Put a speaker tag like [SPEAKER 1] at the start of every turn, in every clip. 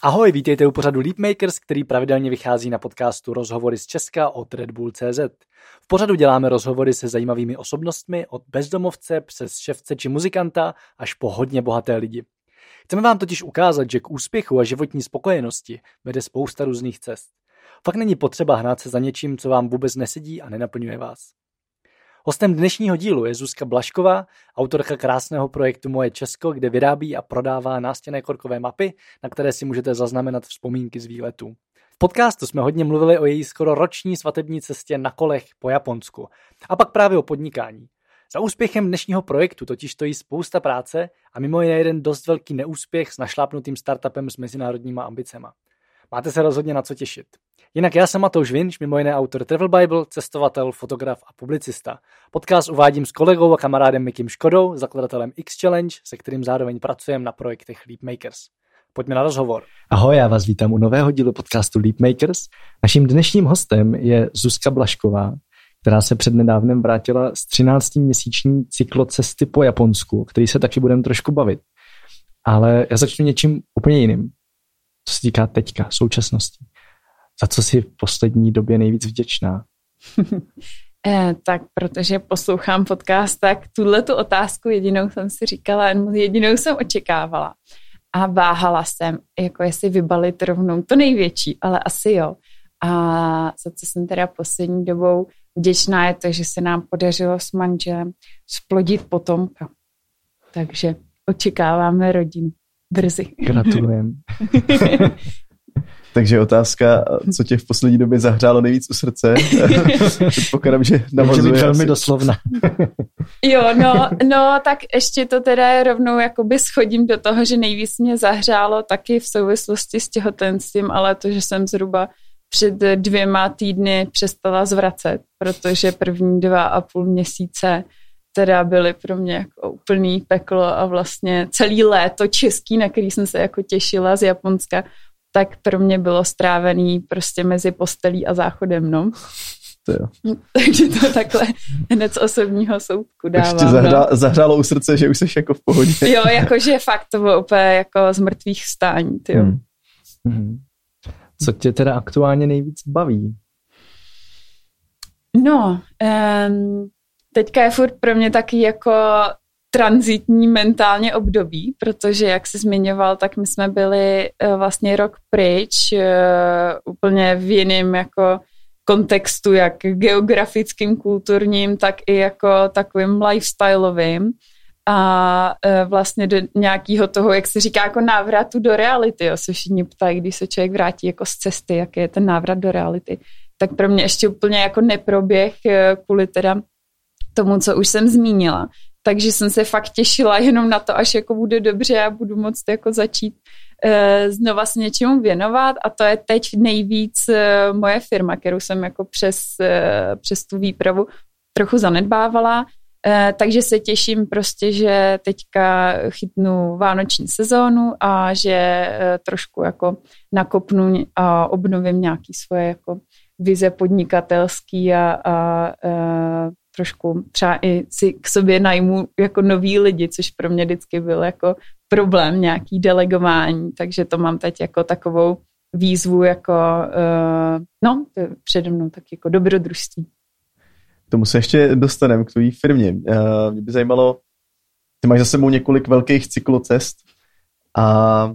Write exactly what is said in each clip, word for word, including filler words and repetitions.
[SPEAKER 1] Ahoj, vítejte u pořadu Leapmakers, který pravidelně vychází na podcastu Rozhovory z Česka od Red Bull tečka cé zet. V pořadu děláme rozhovory se zajímavými osobnostmi od bezdomovce přes ševce či muzikanta až po hodně bohaté lidi. Chceme vám totiž ukázat, že k úspěchu a životní spokojenosti vede spousta různých cest. Fakt není potřeba hnát se za něčím, co vám vůbec nesedí a nenaplňuje vás. Hostem dnešního dílu je Zuzka Blažková, autorka krásného projektu Moje Česko, kde vyrábí a prodává nástěnné korkové mapy, na které si můžete zaznamenat vzpomínky z výletů. V podcastu jsme hodně mluvili o její skoro roční svatební cestě na kolech po Japonsku a pak právě o podnikání. Za úspěchem dnešního projektu totiž stojí spousta práce a mimo jiné jeden dost velký neúspěch s našlápnutým startupem s mezinárodníma ambicema. Máte se rozhodně na co těšit. Jinak já jsem Matouš Vinč, mimo jiné autor Travel Bible, cestovatel, fotograf a publicista. Podcast uvádím s kolegou a kamarádem Mikim Škodou, zakladatelem X Challenge, se kterým zároveň pracujeme na projektech Leapmakers. Pojďme na rozhovor.
[SPEAKER 2] Ahoj, já vás vítám u nového dílu podcastu Leapmakers. Naším dnešním hostem je Zuzka Blažková, která se přednedávnem vrátila z třináctiměsíční cyklocesty po Japonsku, o který se taky budeme trošku bavit. Ale já začnu něčím úplně jiným, co se týká teďka, současnosti. Za co jsi v poslední době nejvíc vděčná?
[SPEAKER 3] eh, tak protože poslouchám podcast, tak tuhletu otázku jedinou jsem si říkala, jedinou jsem očekávala. A váhala jsem, jako jestli vybalit rovnou to největší, ale asi jo. A za co jsem teda poslední dobou vděčná je to, že se nám podařilo s manželem splodit potomka. Takže očekáváme rodinu brzy.
[SPEAKER 2] Gratulujeme.
[SPEAKER 4] Takže otázka, co tě v poslední době zahřálo nejvíc u srdce? Předpokládám, že navazuje.
[SPEAKER 2] Může být velmi
[SPEAKER 4] asi
[SPEAKER 2] doslovna.
[SPEAKER 3] Jo, no, no, tak ještě to teda rovnou jakoby schodím do toho, že nejvíc mě zahřálo taky v souvislosti s těhotenstvím, ale to, že jsem zhruba před dvěma týdny přestala zvracet, protože první dva a půl měsíce teda byly pro mě jako úplný peklo a vlastně celý léto český, na který jsem se jako těšila z Japonska, tak pro mě bylo strávený prostě mezi postelí a záchodem, no.
[SPEAKER 4] To jo.
[SPEAKER 3] Takže to takhle hned z osobního soudku dávám.
[SPEAKER 4] Ještě zahřá,
[SPEAKER 3] no.
[SPEAKER 4] zahřálo u srdce, že už jsi jako v pohodě.
[SPEAKER 3] Jo, jakože fakt to bylo úplně jako z mrtvých vstání, tyjo.
[SPEAKER 2] Hmm. Hmm. Co tě teda aktuálně nejvíc baví?
[SPEAKER 3] No, um, teďka je furt pro mě taky jako tranzitní mentálně období, protože jak jsi zmiňoval, tak my jsme byli uh, vlastně rok pryč, uh, úplně v jiném jako kontextu, jak geografickým, kulturním, tak i jako takovým lifestyleovým a uh, vlastně do nějakého toho, jak se říká, jako návratu do reality, jo, se všichni ptají, když se člověk vrátí jako z cesty, jaký je ten návrat do reality, tak pro mě ještě úplně jako neproběh uh, kvůli teda tomu, co už jsem zmínila. Takže jsem se fakt těšila jenom na to, až jako bude dobře a budu moct jako začít uh, znova se něčemu věnovat a to je teď nejvíc uh, moje firma, kterou jsem jako přes, uh, přes tu výpravu trochu zanedbávala, uh, takže se těším prostě, že teďka chytnu vánoční sezónu a že uh, trošku jako nakopnu a obnovím nějaký svoje jako vize podnikatelský a, a uh, trošku třeba i si k sobě najmu jako noví lidi, což pro mě vždycky byl jako problém, nějaký delegování, takže to mám teď jako takovou výzvu jako, uh, no, to je přede mnou tak jako dobrodružství.
[SPEAKER 4] K tomu se ještě dostaneme k tvojí firmě. Uh, mě by zajímalo, ty máš za sebou několik velkých cyklocest a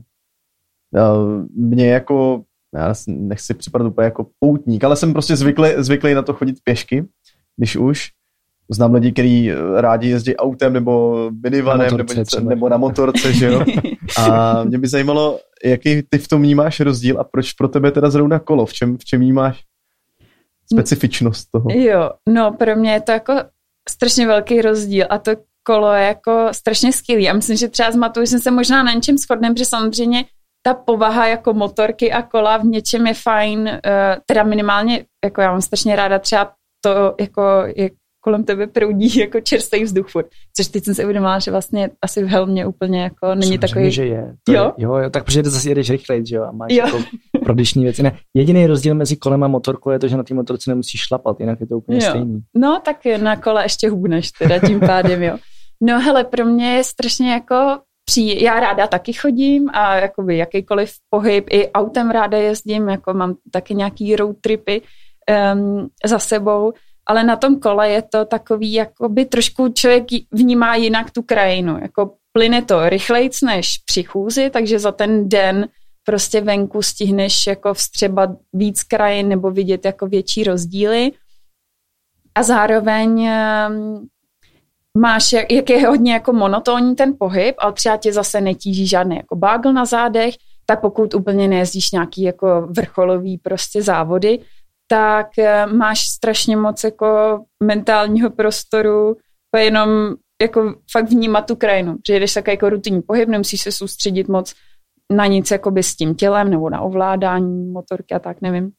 [SPEAKER 4] uh, mě jako, já nechci připadat úplně jako poutník, ale jsem prostě zvyklý, zvyklý na to chodit pěšky, když už. Znám lidi, kteří rádi jezdí autem nebo minivanem nebo, něco, nebo na motorce, že jo. A mě by zajímalo, jaký ty v tom vnímáš rozdíl a proč pro tebe teda zrovna kolo, v čem, v čem vnímáš specifičnost toho?
[SPEAKER 3] Jo, no pro mě je to jako strašně velký rozdíl a to kolo je jako strašně skvělý. A myslím, že třeba s Matoušem se možná na něčem shodneme, protože samozřejmě ta povaha jako motorky a kola v něčem je fajn, teda minimálně, jako já mám strašně ráda třeba to, jako jak kolem tebe proudí jako čerstvý vzduch furt. Což teď jsem si uvědomila, že vlastně asi v helmě úplně jako není takový...
[SPEAKER 2] že je. To
[SPEAKER 3] jo?
[SPEAKER 2] je. Jo, jo, tak protože zase jedeš rychleji, že jo, a máš jo. jako prodyšní věci. Ne, jediný rozdíl mezi kolem a motorkou je to, že na té motorce nemusíš šlapat, jinak je to úplně
[SPEAKER 3] jo.
[SPEAKER 2] stejný.
[SPEAKER 3] No, tak na kole ještě hubneš teda tím pádem, jo. No hele, pro mě je strašně jako Při, já ráda taky chodím a jakoby jakýkoliv pohyb, i autem ráda jezdím, jako mám taky nějaký road tripy um, za sebou, ale na tom kole je to takový, jakoby trošku člověk vnímá jinak tu krajinu, jako plyne to rychlejc než při chůzi, takže za ten den prostě venku stihneš jako vstřebat víc krajin nebo vidět jako větší rozdíly a zároveň um, máš, jak, jak je hodně jako monotónní ten pohyb, ale třeba tě zase netíží žádný jako bágl na zádech, tak pokud úplně nejezdíš nějaký jako vrcholový prostě závody, tak máš strašně moc jako mentálního prostoru jenom jako fakt vnímat tu krajinu, že jedeš takový jako rutinní pohyb, nemusíš se soustředit moc na nic jakoby s tím tělem nebo na ovládání motorky a tak, nevím.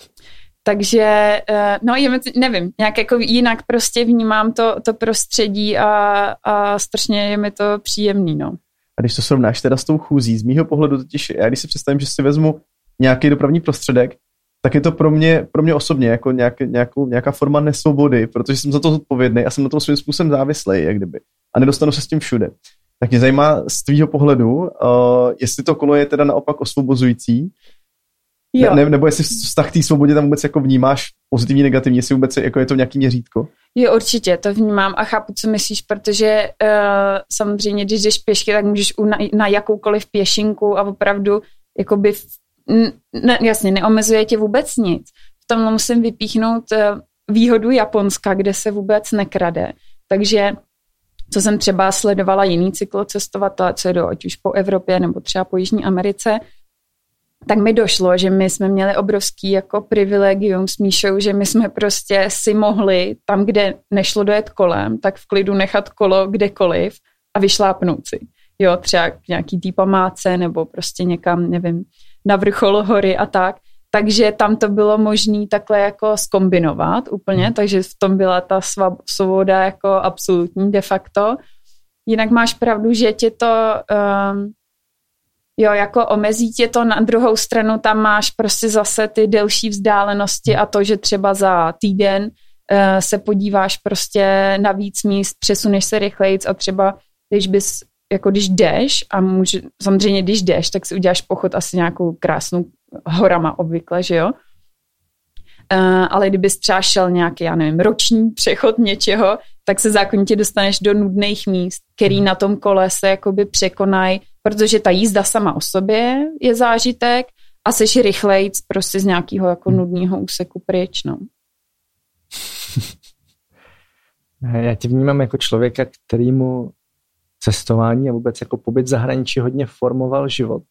[SPEAKER 3] Takže, no nevím, nějak jako jinak prostě vnímám to, to prostředí a, a strašně je mi to příjemný, no.
[SPEAKER 4] A když to srovnáš teda s tou chůzí, z mýho pohledu totiž, já když si představím, že si vezmu nějaký dopravní prostředek, tak je to pro mě, pro mě osobně jako nějak, nějakou, nějaká forma nesvobody, protože jsem za to zodpovědný a jsem na tom svým způsobem závislý, jak kdyby. A nedostanu se s tím všude. Tak mě zajímá z tvýho pohledu, uh, jestli to kolo je teda naopak osvobozující,
[SPEAKER 3] jo.
[SPEAKER 4] Ne, nebo jestli vztah té svobodě tam vůbec jako vnímáš pozitivní, negativní, jestli vůbec jako je to nějaký měřítko?
[SPEAKER 3] Jo, určitě, to vnímám a chápu, co myslíš, protože uh, samozřejmě, když jdeš pěšky, tak můžeš na, na jakoukoliv pěšinku a opravdu jakoby, ne, jasně, neomezuje tě vůbec nic. V tom musím vypíchnout uh, výhodu Japonska, kde se vůbec nekrade. Takže co jsem třeba sledovala jiný cyklocestovatele, co jedou ať už po Evropě nebo třeba po Jižní Americe, tak mi došlo, že my jsme měli obrovský jako privilegium s Míšou, že my jsme prostě si mohli tam, kde nešlo dojet kolem, tak v klidu nechat kolo kdekoliv a vyšlápnout si. Jo, třeba k nějaký tý památce nebo prostě někam, nevím, na vrchol hory a tak. Takže tam to bylo možné takhle jako zkombinovat úplně, hmm. takže v tom byla ta svoboda jako absolutní de facto. Jinak máš pravdu, že tě to... Um, Jo, jako omezí tě to, na druhou stranu tam máš prostě zase ty delší vzdálenosti a to, že třeba za týden uh, se podíváš prostě na víc míst, přesuneš se rychlejc a třeba když bys, jako když jdeš a může, samozřejmě když jdeš, tak si uděláš pochod asi nějakou krásnou horama obvykle, že jo? Uh, ale kdybys třeba šel nějaký, já nevím, roční přechod něčeho, tak se zákonitě dostaneš do nudných míst, který na tom kole se jakoby překonají, protože ta jízda sama o sobě je zážitek a seš rychlejc prostě z nějakého jako nudného úseku pryč, no.
[SPEAKER 2] Já tě vnímám jako člověka, kterýmu cestování a vůbec jako pobyt v zahraničí hodně formoval život.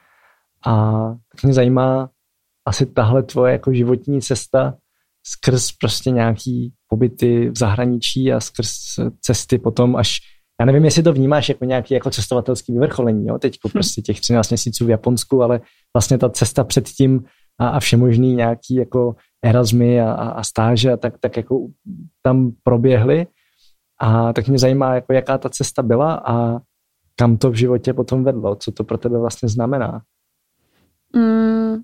[SPEAKER 2] A tak mě zajímá asi tahle tvoje jako životní cesta skrz prostě nějaký pobyty v zahraničí a skrz cesty potom až, já nevím, jestli to vnímáš jako nějaký jako cestovatelský vyvrcholení, jo, teďko prostě těch třináct měsíců v Japonsku, ale vlastně ta cesta předtím a, a všemožný nějaký jako Erasmy a, a stáže a tak, tak jako tam proběhly a tak mě zajímá, jako jaká ta cesta byla a kam to v životě potom vedlo, co to pro tebe vlastně znamená.
[SPEAKER 3] Mm.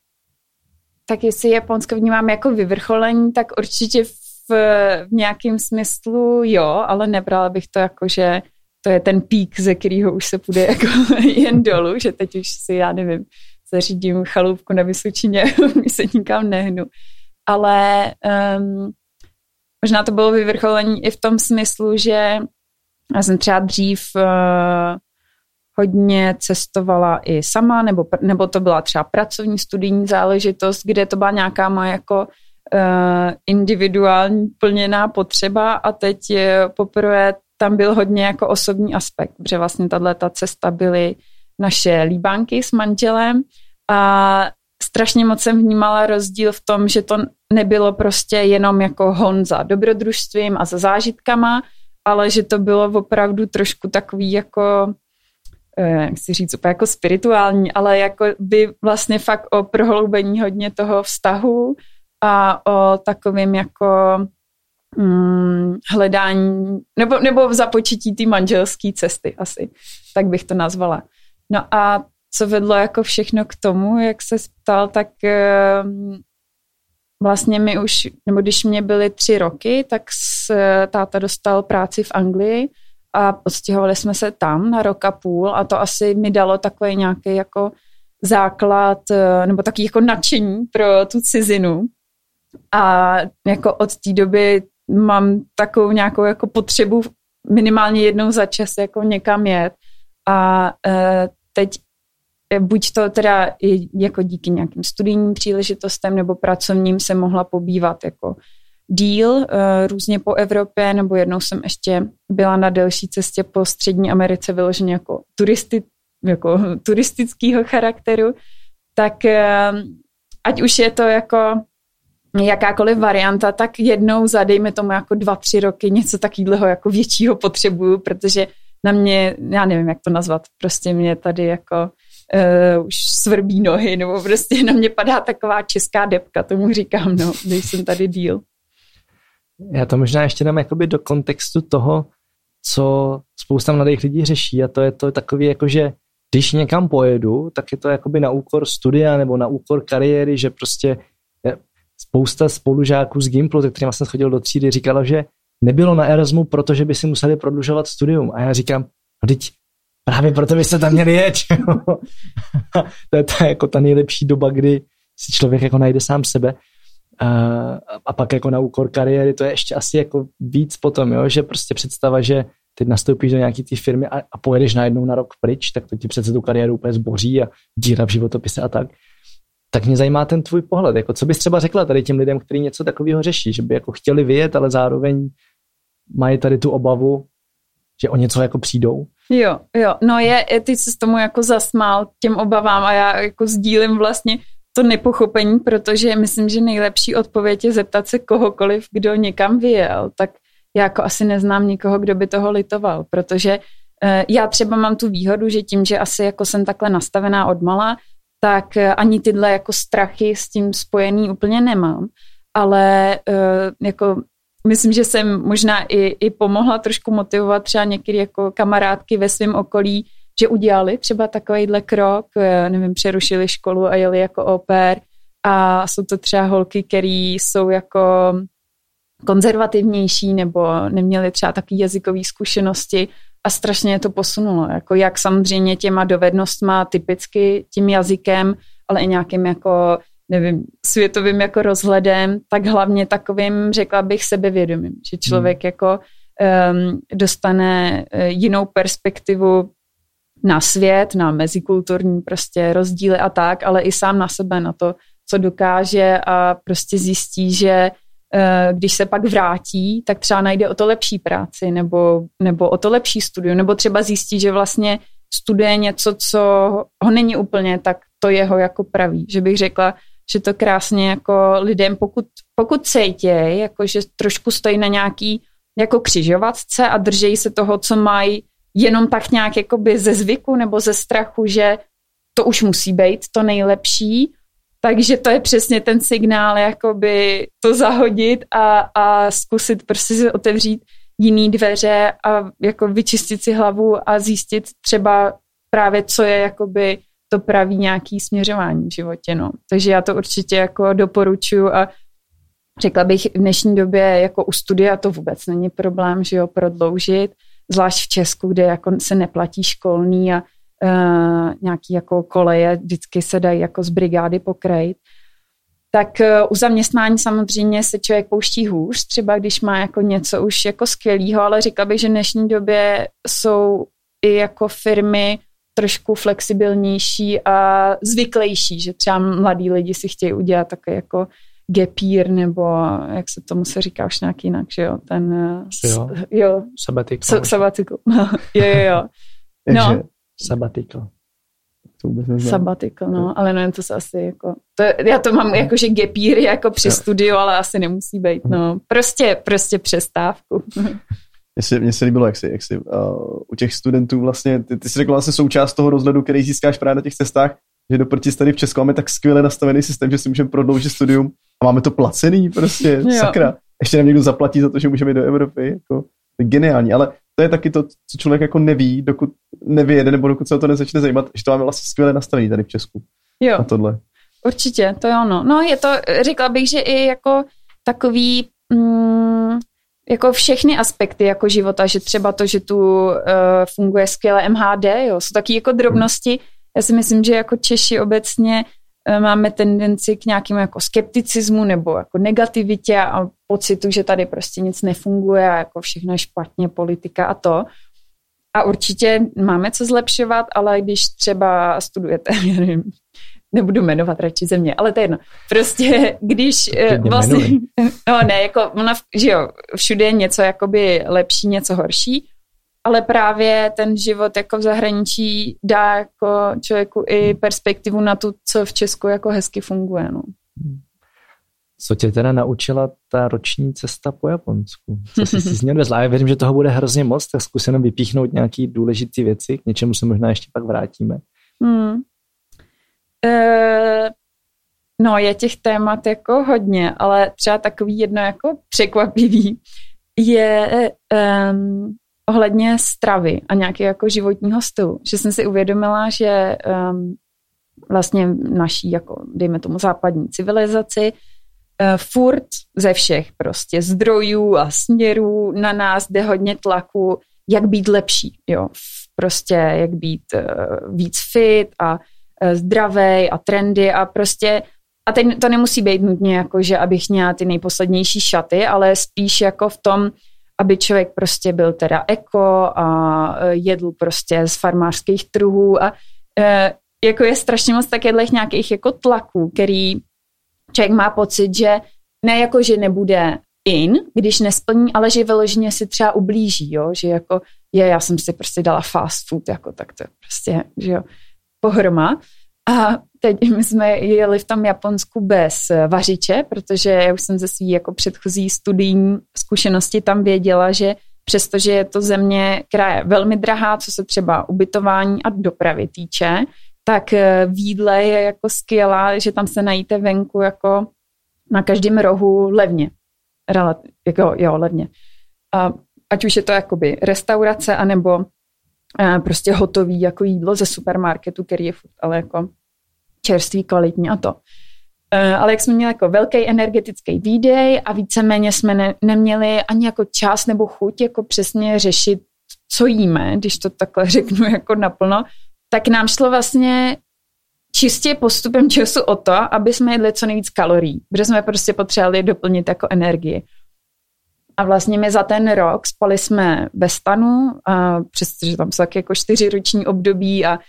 [SPEAKER 3] Tak jestli Japonsko vnímám jako vyvrcholení, tak určitě v, v nějakém smyslu jo, ale nebrala bych to jako, že to je ten pík, ze kterého už se půjde jako jen dolů, že teď už si, já nevím, zařídím chalupku na Vysočině, už se nikam nehnu. Ale um, možná to bylo vyvrcholení i v tom smyslu, že já jsem třeba dřív uh, hodně cestovala i sama, nebo, nebo to byla třeba pracovní studijní záležitost, kde to byla nějaká má jako uh, individuální plněná potřeba a teď je, poprvé tam byl hodně jako osobní aspekt, protože vlastně tato cesta byly naše líbánky s manželem a strašně moc jsem vnímala rozdíl v tom, že to nebylo prostě jenom jako hon za dobrodružstvím a za zážitkama, ale že to bylo opravdu trošku takový jako jak si říct, úplně jako spirituální, ale jako by vlastně fakt o prohloubení hodně toho vztahu a o takovým jako mm, hledání, nebo, nebo v započetí té manželské cesty asi, tak bych to nazvala. No a co vedlo jako všechno k tomu, jak se ptal, tak um, vlastně mi už, nebo když mě byly tři roky, tak s, táta dostal práci v Anglii a odstěhovali jsme se tam na rok a půl a to asi mi dalo takový nějaký jako základ nebo taky jako nadšení pro tu cizinu a jako od té doby mám takovou nějakou jako potřebu minimálně jednou za čas jako někam jet a e, teď buď to teda i jako díky nějakým studijním příležitostem nebo pracovním jsem mohla pobývat jako díl e, různě po Evropě, nebo jednou jsem ještě byla na delší cestě po Střední Americe vyloženě jako, turisty, jako turistického charakteru, tak e, ať už je to jako jakákoliv varianta, tak jednou za dejme tomu jako dva, tři roky něco takového jako většího potřebuju, protože na mě, já nevím, jak to nazvat, prostě mě tady jako uh, už svrbí nohy, nebo prostě na mě padá taková česká depka, tomu říkám, no, když jsem tady díl.
[SPEAKER 2] Já to možná ještě dám jakoby do kontextu toho, co spousta mladých lidí řeší a to je to takový jako, že když někam pojedu, tak je to jakoby na úkor studia nebo na úkor kariéry, že prostě spousta spolužáků z Gimplu, se kterým jsem chodil do třídy, říkalo, že nebylo na Erasmu, protože by si museli prodlužovat studium. A já říkám, no teď právě proto byste tam měli jet. To je ta, jako ta nejlepší doba, kdy si člověk jako najde sám sebe. A, a pak jako na úkor kariéry, to je ještě asi jako víc potom, jo? Že prostě představa, že teď nastoupíš do nějaký té firmy a, a pojedeš najednou na rok pryč, tak to ti přece tu kariéru úplně zboří a díra v životopise a tak. Tak mě zajímá ten tvůj pohled. Jako, co bys třeba řekla tady těm lidem, kteří něco takového řeší, že by jako chtěli vyjet, ale zároveň mají tady tu obavu, že o něco jako přijdou?
[SPEAKER 3] Jo, jo. No je, ty jsi s tomu jako zasmál těm obavám a já jako sdílím vlastně to nepochopení, protože myslím, že nejlepší odpověď je zeptat se kohokoliv, kdo někam vyjel. Tak já jako asi neznám nikoho, kdo by toho litoval, protože eh, já třeba mám tu výhodu, že tím, že asi jako jsem takhle nastavená odmala, tak ani tyhle jako strachy s tím spojený úplně nemám, ale uh, jako myslím, že jsem možná i, i pomohla trošku motivovat třeba některé jako kamarádky ve svém okolí, že udělali třeba takovejhle krok, nevím, přerušili školu a jeli jako au pair a jsou to třeba holky, které jsou jako konzervativnější nebo neměly třeba takové jazykové zkušenosti a strašně to posunulo, jako jak samozřejmě těma dovednostma, typicky tím jazykem, ale i nějakým jako, nevím, světovým jako rozhledem, tak hlavně takovým, řekla bych, sebevědomím, že člověk hmm. jako um, dostane jinou perspektivu na svět, na mezikulturní prostě rozdíly a tak, ale i sám na sebe, na to, co dokáže a prostě zjistí, že když se pak vrátí, tak třeba najde o to lepší práci nebo, nebo o to lepší studium, nebo třeba zjistí, že vlastně studuje něco, co ho není úplně tak to jeho jako praví. Že bych řekla, že to krásně jako lidem, pokud, pokud cítěj, jako že trošku stojí na nějaký jako křižovatce a držejí se toho, co mají jenom tak nějak jakoby ze zvyku nebo ze strachu, že to už musí být to nejlepší. Takže to je přesně ten signál, jakoby to zahodit a, a zkusit prostě si otevřít jiný dveře a jako vyčistit si hlavu a zjistit třeba právě, co je jakoby to pravý nějaký směřování v životě. No. Takže já to určitě jako doporučuji a řekla bych v dnešní době jako u studia to vůbec není problém, že jo, prodloužit, zvlášť v Česku, kde jako se neplatí školní a Uh, nějaký jako koleje vždycky se dají jako z brigády pokrejt. Tak uh, u zaměstnání samozřejmě se člověk pouští hůř, třeba když má jako něco už jako skvělýho, ale řekla bych, že v dnešní době jsou i jako firmy trošku flexibilnější a zvyklejší, že třeba mladí lidi si chtějí udělat takový jako gap year, nebo jak se tomu se říká už nějak jinak, že jo, ten
[SPEAKER 2] jo,
[SPEAKER 3] s, jo
[SPEAKER 2] sabbatical.
[SPEAKER 3] Sabbatical. jo, jo, jo. No.
[SPEAKER 2] Sabbatical.
[SPEAKER 3] Sabbatical, no, ale no, to se asi jako, to, já to mám jako, že gap year jako při studiu, ale asi nemusí být, no, prostě, prostě přestávku.
[SPEAKER 4] Mně se, mně se líbilo, jak jsi, jak jsi uh, u těch studentů vlastně, ty, ty jsi řekla vlastně součást toho rozhledu, který získáš právě na těch cestách, že do proti tady v Česku máme tak skvěle nastavený systém, že si můžeme prodloužit studium a máme to placený prostě, jo. Sakra. Ještě nám někdo zaplatí za to, že můžeme jít do Evropy, jako, to je geniální, ale to je taky to, co člověk jako neví, dokud nevyjede, nebo dokud se o to nezačne zajímat, že to máme vlastně skvěle nastavený tady v Česku.
[SPEAKER 3] Jo,
[SPEAKER 4] a tohle.
[SPEAKER 3] Určitě, to je ono. No je to, řekla bych, že i jako takový, mm, jako všechny aspekty jako života, že třeba to, že tu uh, funguje skvěle M H D, jo, jsou taky jako drobnosti. Já si myslím, že jako Češi obecně uh, máme tendenci k nějakému jako skepticismu nebo jako negativitě a pocitu, že tady prostě nic nefunguje a jako všechno je špatně, politika a to. A určitě máme co zlepšovat, ale když třeba studujete, nevím, nebudu jmenovat radši země, ale to je jedno. Prostě když uh, vlastně, no ne, jako ona, že jo, všude je něco jakoby lepší, něco horší, ale právě ten život jako v zahraničí dá jako člověku i perspektivu na to, co v Česku jako hezky funguje, no.
[SPEAKER 2] Co tě teda naučila ta roční cesta po Japonsku? Co jsi si z ní odvezla? Já věřím, že toho bude hrozně moc, tak zkus jenom vypíchnout nějaký důležitý věci, k něčemu se možná ještě pak vrátíme. Hmm.
[SPEAKER 3] Uh, no, je těch témat jako hodně, ale třeba takový jedno jako překvapivý je um, ohledně stravy a nějakého jako životního stylu. Že jsem si uvědomila, že um, vlastně naší, jako dejme tomu západní civilizaci, uh, furt ze všech prostě zdrojů a směrů na nás jde hodně tlaku, jak být lepší, jo. Prostě jak být uh, víc fit a zdravej a trendy a prostě, a teď to nemusí být nutně jako, že abych měla ty nejposlednější šaty, ale spíš jako v tom, aby člověk prostě byl teda eko a jedl prostě z farmářských trhů a e, jako je strašně moc takových nějakých jako tlaků, který člověk má pocit, že ne jako, že nebude in, když nesplní, ale že vyloženě si třeba ublíží, jo, že jako je, já jsem si prostě dala fast food, jako tak to je prostě, že jo, pohroma. A teď my jsme jeli v tom Japonsku bez vařiče, protože já už jsem ze svý jako předchozí studijní zkušenosti tam věděla, že přestože je to země, která je velmi drahá, co se třeba ubytování a dopravy týče, tak v jídle je jako skvělá, že tam se najíte venku jako na každém rohu levně. Relativ, jako, jo, levně. A ať už je to jakoby restaurace, anebo prostě hotový jako jídlo ze supermarketu, který je furt, ale jako čerstvý, kvalitní a to. Ale jak jsme měli jako velký energetický výdej a víceméně jsme ne, neměli ani jako čas nebo chuť jako přesně řešit, co jíme, když to takhle řeknu jako naplno, tak nám šlo vlastně čistě postupem času o to, aby jsme jedli co nejvíc kalorií, protože jsme prostě potřebovali doplnit jako energii. A vlastně my za ten rok spali jsme ve stanu, a přestože tam jsou tak jako čtyřiroční období a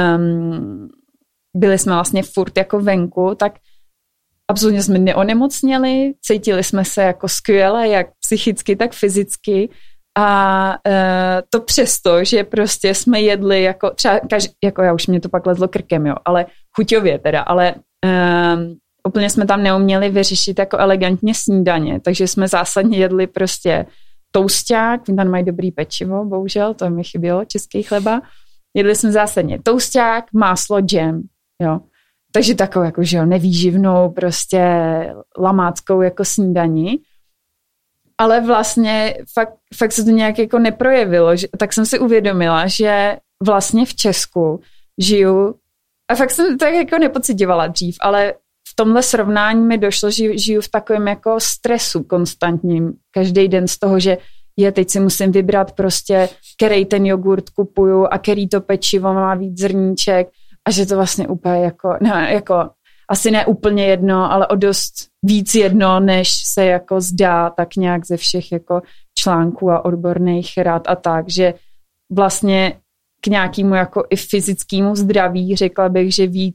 [SPEAKER 3] um, byli jsme vlastně furt jako venku, tak absolutně jsme neonemocněli, cítili jsme se jako skvěle, jak psychicky, tak fyzicky a uh, to přesto, že prostě jsme jedli jako třeba, každý, jako já už mě to pak lezlo krkem, jo, ale chuťově teda, ale um, úplně jsme tam neuměli vyřešit jako elegantně snídaně, takže jsme zásadně jedli prostě tousťák, tam mají dobrý pečivo, bohužel, to mi chybělo, český chleba. Jedli jsme zásadně tousťák, máslo, džem, jo. Takže takovou jako, že jo, nevýživnou, prostě lamáckou jako snídaní. Ale vlastně fakt, fakt se to nějak jako neprojevilo, že, tak jsem si uvědomila, že vlastně v Česku žiju, a fakt jsem to jako nepocitovala dřív, ale v tomhle srovnání mi došlo, že žiju v takovém jako stresu konstantním. Každý den z toho, že je, teď si musím vybrat prostě, který ten jogurt kupuju a který to pečivo má víc zrníček a že to vlastně úplně jako, ne, jako asi ne úplně jedno, ale o dost víc jedno, než se jako zdá tak nějak ze všech jako článků a odborných rád a tak, že vlastně k nějakému jako i fyzickému zdraví řekla bych, že víc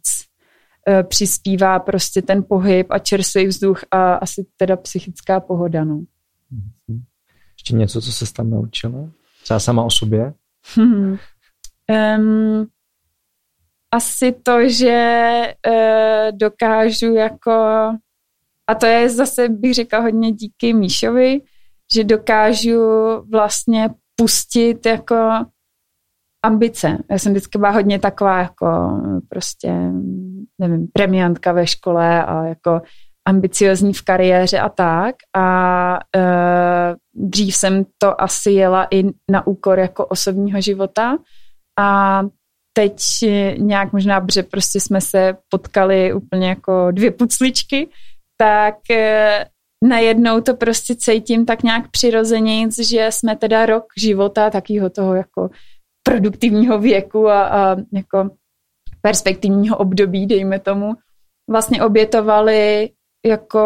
[SPEAKER 3] přispívá prostě ten pohyb a čerstvý vzduch a asi teda psychická pohoda. No.
[SPEAKER 2] Ještě něco, co se tam naučila? Třeba sama o sobě?
[SPEAKER 3] Hmm. Um, asi to, že uh, dokážu jako, a to je zase, bych řekla, hodně díky Míšovi, že dokážu vlastně pustit jako ambice. Já jsem vždycky byla hodně taková jako prostě, nevím, premiantka ve škole a jako ambiciozní v kariéře a tak. A e, dřív jsem to asi jela i na úkor jako osobního života. A teď nějak možná, protože prostě jsme se potkali úplně jako dvě pucličky, tak e, najednou to prostě cítím tak nějak přirozeně, že jsme teda rok života takého toho jako produktivního věku a, a jako perspektivního období, dejme tomu, vlastně obětovali jako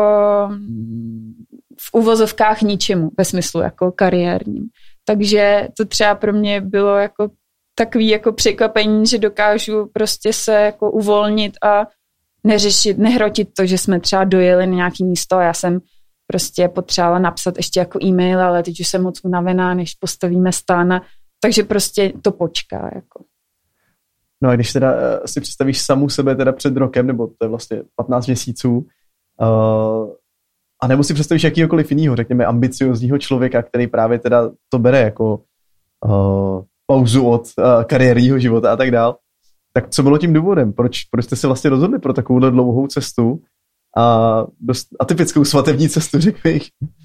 [SPEAKER 3] v uvozovkách ničemu, ve smyslu jako kariérním. Takže to třeba pro mě bylo jako takový jako překvapení, že dokážu prostě se jako uvolnit a neřešit, nehrotit to, že jsme třeba dojeli na nějaký místo a já jsem prostě potřebovala napsat ještě jako e-mail, ale teď už jsem moc unavená, než postavíme stán, takže prostě to počká. Jako.
[SPEAKER 4] No a když teda uh, si představíš samu sebe teda před rokem, nebo to je vlastně patnáct měsíců, uh, a nebo si představíš jakýhokoliv jinýho, řekněme ambiciozního člověka, který právě teda to bere jako uh, pauzu od uh, kariérního života a tak dál, tak co bylo tím důvodem? Proč, proč jste se vlastně rozhodli pro takovouhle dlouhou cestu a dost atypickou svatební cestu, řekl bych?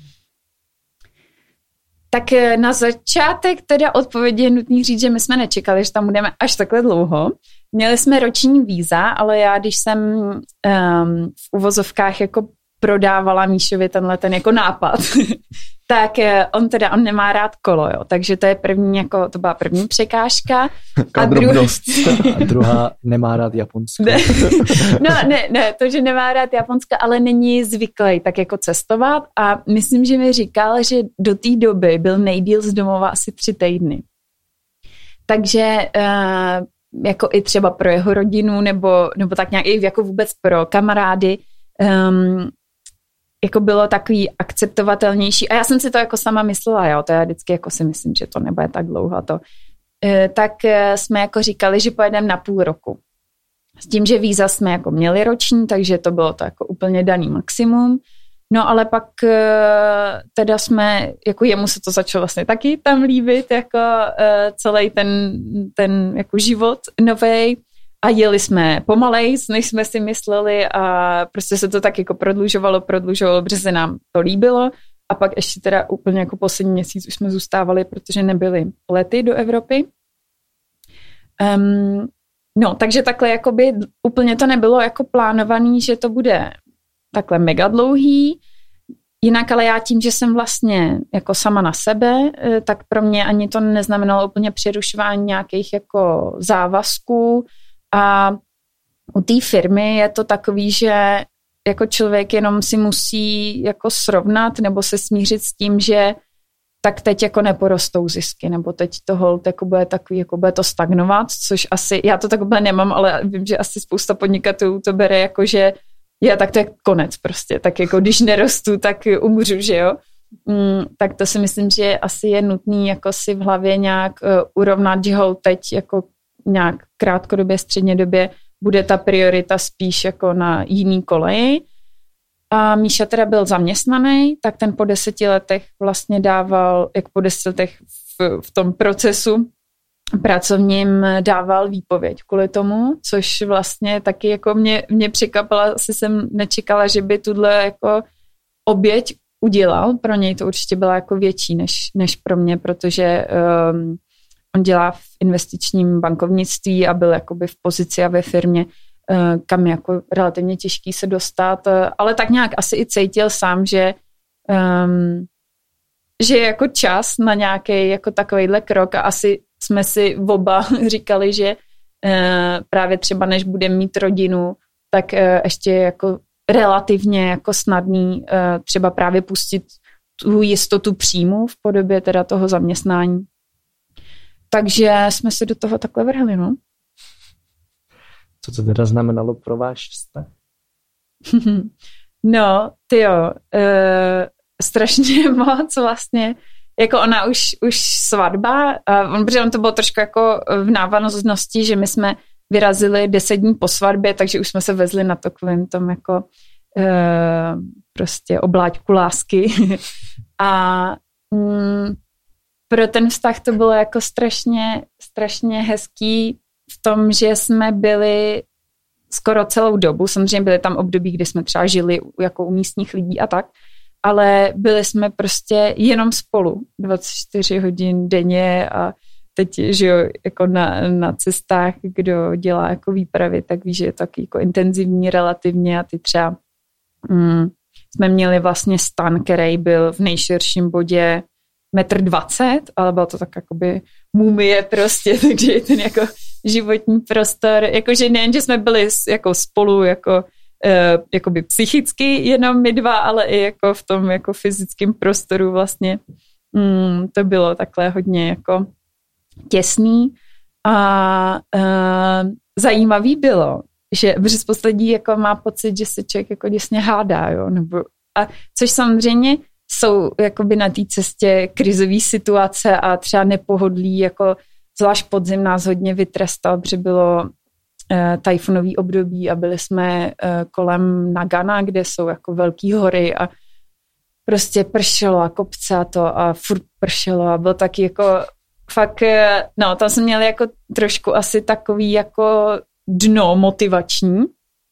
[SPEAKER 3] Tak na začátek teda odpovědi je nutný říct, že my jsme nečekali, že tam budeme až takhle dlouho. Měli jsme roční víza, ale já, když jsem um, v uvozovkách jako prodávala Míšovi tenhle ten jako nápad, tak on teda, on nemá rád kolo, jo, takže to je první, jako, to byla první překážka.
[SPEAKER 2] A, druh... a druhá, nemá rád Japonsko.
[SPEAKER 3] Ne. No ne, ne, to, že nemá rád Japonsko, ale není zvyklý tak jako cestovat a myslím, že mi říkal, že do té doby byl nejdýl z domova asi tři týdny. Takže uh, jako i třeba pro jeho rodinu nebo, nebo tak nějak i jako vůbec pro kamarády um, jako bylo takový akceptovatelnější. A já jsem si to jako sama myslela, jo, to já vždycky jako si myslím, že to nebude tak dlouho to. E, tak e, jsme jako říkali, že pojedeme na půl roku. S tím, že víza jsme jako měli roční, takže to bylo to jako úplně daný maximum. No ale pak e, teda jsme, jako jemu se to začalo vlastně taky tam líbit, jako e, celý ten, ten jako život novej. A jeli jsme pomalejc, než jsme si mysleli a prostě se to tak jako prodlužovalo, prodlužovalo, protože se nám to líbilo. A pak ještě teda úplně jako poslední měsíc už jsme zůstávali, protože nebyly lety do Evropy. Um, no, takže takhle jakoby úplně to nebylo jako plánovaný, že to bude takhle mega dlouhý. Jinak ale já tím, že jsem vlastně jako sama na sebe, tak pro mě ani to neznamenalo úplně přerušování nějakých jako závazků. A u té firmy je to takový, že jako člověk jenom si musí jako srovnat nebo se smířit s tím, že tak teď jako neporostou zisky, nebo teď to hold jako bude takový, jako bude to stagnovat, což asi, já to takhle nemám, ale vím, že asi spousta podnikatelů to bere jako, že já tak to je konec prostě, tak jako když nerostu, tak umřu, že jo. Mm, tak to si myslím, že asi je nutný jako si v hlavě nějak uh, urovnat, že hold teď jako nějak krátkodobě, střednědobě bude ta priorita spíš jako na jiný koleji. A Míša teda byl zaměstnaný, tak ten po deseti letech vlastně dával, jak po deseti letech v, v tom procesu pracovním dával výpověď kvůli tomu, což vlastně taky jako mě, mě překvapila, asi jsem nečekala, že by tuhle jako oběť udělal. Pro něj to určitě byla jako větší než, než pro mě, protože um, on dělá v investičním bankovnictví a byl jakoby v pozici a ve firmě, kam jako relativně těžký se dostat, ale tak nějak asi i cítil sám, že, um, že je jako čas na nějaký jako takovejhle krok a asi jsme si oba říkali, že uh, právě třeba než budeme mít rodinu, tak uh, ještě jako relativně jako snadný uh, třeba právě pustit tu jistotu příjmu v podobě teda toho zaměstnání. Takže jsme se do toho takhle vrhli, no.
[SPEAKER 2] Co to teda znamenalo pro váš vztah?
[SPEAKER 3] No, tyjo, e, strašně moc vlastně. Jako ona už, už svatba, a on, protože on to bylo trošku jako v návaznosti, že my jsme vyrazili deset dní po svatbě, takže už jsme se vezli na to kvůli tom jako e, prostě obláťku lásky. A mm, pro ten vztah to bylo jako strašně, strašně hezký v tom, že jsme byli skoro celou dobu, samozřejmě byly tam období, kdy jsme třeba žili jako u místních lidí a tak, ale byli jsme prostě jenom spolu dvacet čtyři hodin denně a teď, že jo, jako na, na cestách, kdo dělá jako výpravy, tak ví, že je taky jako intenzivní relativně a ty třeba mm, jsme měli vlastně stan, který byl v nejširším bodě metr dvacet, ale bylo to tak jakoby mumie prostě, takže je ten jako životní prostor, jakože nejen, že jsme byli jako spolu jako uh, jakoby psychicky jenom my dva, ale i jako v tom jako fyzickém prostoru vlastně mm, to bylo takhle hodně jako těsný a uh, zajímavý bylo, že přes poslední jako má pocit, že se člověk jako děsně hádá, jo, nebo a což samozřejmě jsou jakoby na té cestě krizové situace a třeba nepohodlí, jako zvlášť podzim nás hodně vytrestal, protože bylo e, tajfunový období a byli jsme e, kolem Nagana, kde jsou jako velký hory a prostě pršelo a kopce a to a furt pršelo a bylo taky jako fakt, e, no tam jsme měli jako trošku asi takový jako dno motivační,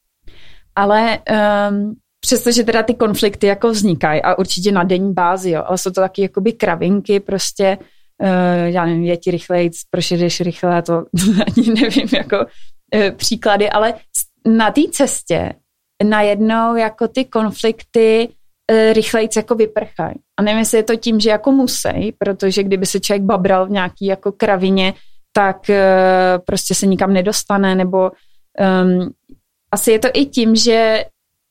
[SPEAKER 3] ale um, přestože teda ty konflikty jako vznikají a určitě na denní bázi, jo, ale jsou to taky jakoby kravinky, prostě, uh, já nevím, je ti rychlejc, proč jdeš rychle, to ani nevím, jako uh, příklady, ale na té cestě najednou jako ty konflikty uh, rychlejc jako vyprchají. A nevím, jestli je to tím, že jako musí, protože kdyby se člověk babral v nějaký jako kravině, tak uh, prostě se nikam nedostane, nebo um, asi je to i tím, že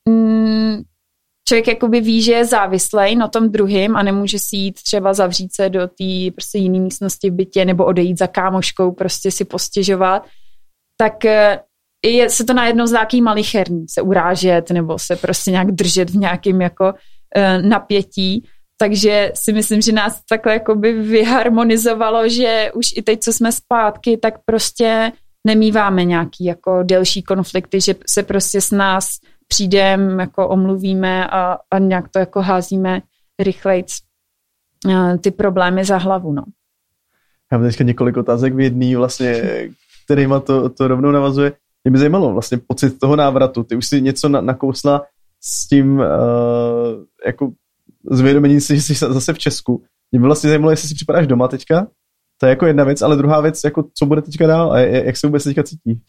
[SPEAKER 3] um, člověk jakoby ví, že je závislej na tom druhým a nemůže si jít třeba zavřít se do té prostě jiné místnosti v bytě nebo odejít za kámoškou, prostě si postěžovat, tak uh, je, se to najednou zdá jaký malicherný, se urážet nebo se prostě nějak držet v nějakém jako uh, napětí. Takže si myslím, že nás takhle jakoby vyharmonizovalo, že už i teď, co jsme zpátky, tak prostě nemíváme nějaký jako delší konflikty, že se prostě s nás přijdem, jako omluvíme a, a nějak to jako házíme rychlejc ty problémy za hlavu, no.
[SPEAKER 4] Já mám teďka několik otázek v jedný vlastně, kterýma to, to rovnou navazuje. Mě by zajímalo vlastně pocit toho návratu. Ty už si něco na, nakousla s tím uh, jako zvědomení si, že jsi zase v Česku. Mě by vlastně zajímalo, jestli si připadáš doma teďka. To je jako jedna věc, ale druhá věc, jako co bude teďka dál a jak se vůbec teďka cítí?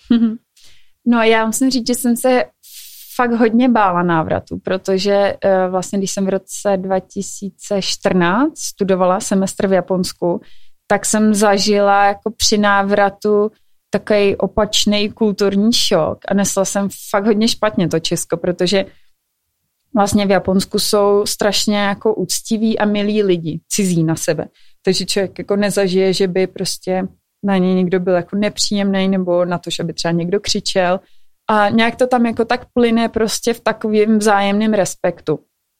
[SPEAKER 3] No já musím říct, že jsem se fakt hodně bála návratu, protože uh, vlastně když jsem v roce dva tisíce čtrnáct studovala semestr v Japonsku, tak jsem zažila jako při návratu takový opačný kulturní šok a nesla jsem fakt hodně špatně to Česko, protože vlastně v Japonsku jsou strašně jako úctiví a milí lidi, cizí na sebe. Takže člověk jako nezažije, že by prostě na ně někdo byl jako nepříjemný nebo na to, že by třeba někdo křičel. A nějak to tam jako tak plyne prostě v takovém vzájemném respektu.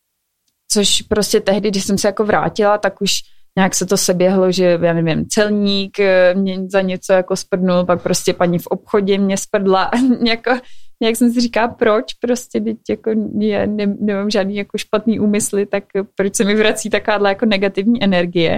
[SPEAKER 3] Což prostě tehdy, když jsem se jako vrátila, tak už nějak se to seběhlo, že já nevím, celník mě za něco jako sprdnul, pak prostě paní v obchodě mě sprdla a jako jak jsem si říká, proč prostě, teď jako je, ne, nemám žádný jako špatný úmysly, tak proč se mi vrací takováhle jako negativní energie.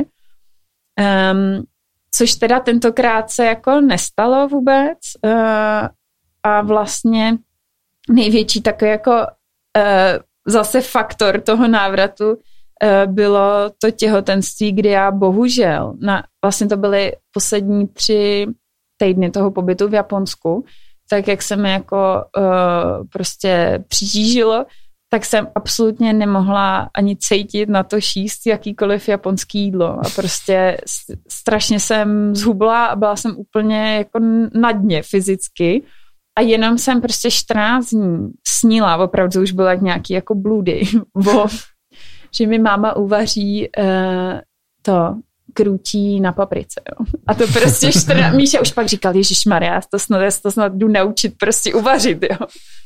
[SPEAKER 3] Um, což teda tentokrát se jako nestalo vůbec uh, a vlastně největší takový jako uh, zase faktor toho návratu uh, bylo to těhotenství, kdy já bohužel, na, vlastně to byly poslední tři týdny toho pobytu v Japonsku, tak jak se mi jako uh, prostě přitížilo, tak jsem absolutně nemohla ani cítit na to šíst jakýkoliv japonský jídlo a prostě strašně jsem zhubla a byla jsem úplně jako na dně fyzicky a jenom jsem prostě čtrnáct dní snila, opravdu už byla jak nějaký jako bludy, bo, že mi máma uvaří uh, to krutí na paprice, jo. A to prostě čtrnáct... Míša už pak říkal, ježišmarja, já to snad, já to snad jdu naučit prostě uvařit, jo.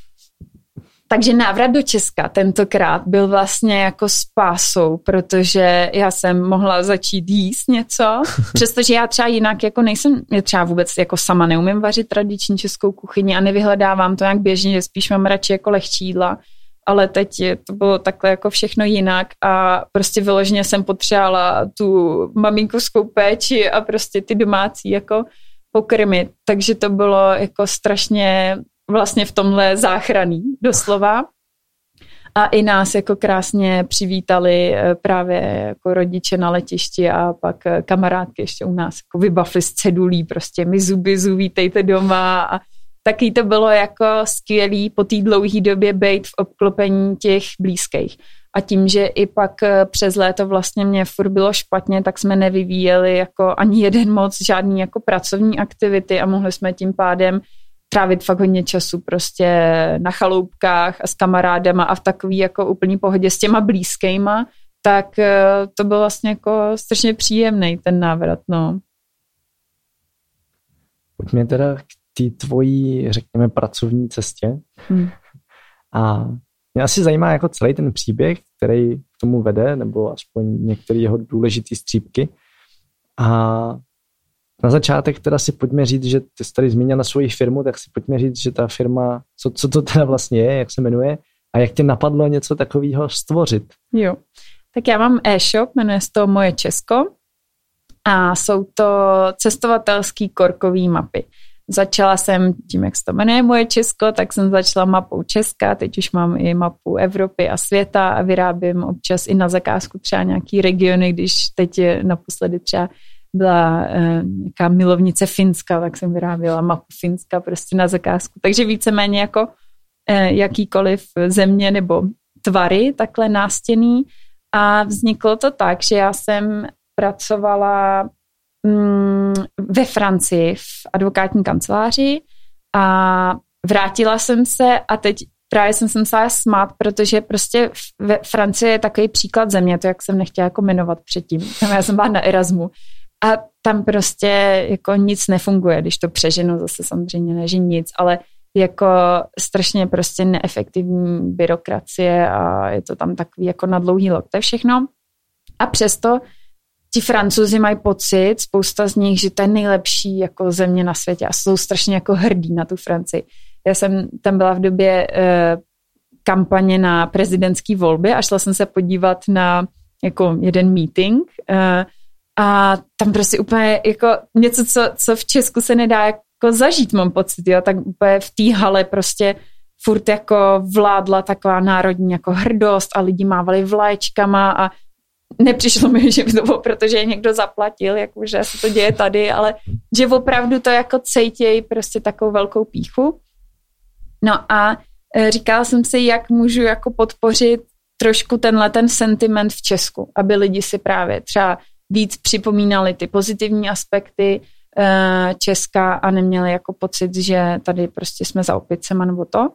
[SPEAKER 3] Takže návrat do Česka tentokrát byl vlastně jako spásou, protože já jsem mohla začít jíst něco, přestože já třeba jinak jako nejsem, já třeba vůbec jako sama neumím vařit tradiční českou kuchyni a nevyhledávám to nějak běžně, že spíš mám radši jako lehčí jídla, ale teď to bylo takhle jako všechno jinak a prostě vyloženě jsem potřebovala tu maminkovskou péči a prostě ty domácí jako pokrmit, takže to bylo jako strašně vlastně v tomhle záchranný doslova a i nás jako krásně přivítali právě jako rodiče na letišti a pak kamarádky ještě u nás jako vybavili s cedulí prostě my zuby, vítejte doma a taky to bylo jako skvělý po té dlouhé době být v obklopení těch blízkých. A tím, že i pak přes léto vlastně mě furt bylo špatně, tak jsme nevyvíjeli jako ani jeden moc žádný jako pracovní aktivity a mohli jsme tím pádem trávit fakt hodně času prostě na chaloupkách a s kamarádama a v takový jako úplný pohodě s těma blízkejma, tak to byl vlastně jako strašně příjemný ten návrat, no.
[SPEAKER 2] Pojďme teda k té tvojí, řekněme, pracovní cestě. Hmm. A mě asi zajímá jako celý ten příběh, který k tomu vede, nebo aspoň některé jeho důležitý střípky. A na začátek teda si pojďme říct, že ty jsi tady zmínil na svoji firmu, tak si pojďme říct, že ta firma, co, co to teda vlastně je, jak se jmenuje a jak tě napadlo něco takového stvořit.
[SPEAKER 3] Jo, tak já mám e-shop, jmenuje se to Moje Česko a jsou to cestovatelský korkový mapy. Začala jsem tím, jak se to jmenuje Moje Česko, tak jsem začala mapou Česka, teď už mám i mapu Evropy a světa a vyrábím občas i na zakázku třeba nějaký regiony, když teď naposledy třeba byla eh, nějaká milovnice Finska, tak jsem vyráběla mapu Finska prostě na zakázku. Takže víceméně jako eh, jakýkoliv země nebo tvary, takhle nástěnný. A vzniklo to tak, že já jsem pracovala mm, ve Francii v advokátní kanceláři a vrátila jsem se a teď právě jsem se musela smát, protože prostě ve Francii je takový příklad země, to jak jsem nechtěla jako jmenovat předtím. Já jsem byla na Erasmu. A tam prostě jako nic nefunguje, když to přeženu, zase samozřejmě ne, že nic, ale jako strašně prostě neefektivní byrokracie a je to tam takový jako na dlouhý lok, to je všechno. A přesto ti Francouzi mají pocit, spousta z nich, že to je nejlepší jako země na světě a jsou strašně jako hrdí na tu Francii. Já jsem tam byla v době eh, kampaně na prezidentské volby a šla jsem se podívat na jako jeden meeting eh, a tam prostě úplně jako něco, co, co v Česku se nedá jako zažít, mám pocit, jo, tak úplně v té hale prostě furt jako vládla taková národní jako hrdost a lidi mávali vlaječkama a nepřišlo mi, že by to bylo, protože je někdo zaplatil, jako že se to děje tady, ale že opravdu to jako cejtějí prostě takovou velkou pýchu. No a říkala jsem si, jak můžu jako podpořit trošku tenhle ten sentiment v Česku, aby lidi si právě třeba víc připomínali ty pozitivní aspekty uh, Česka a neměli jako pocit, že tady prostě jsme za opicema nebo to.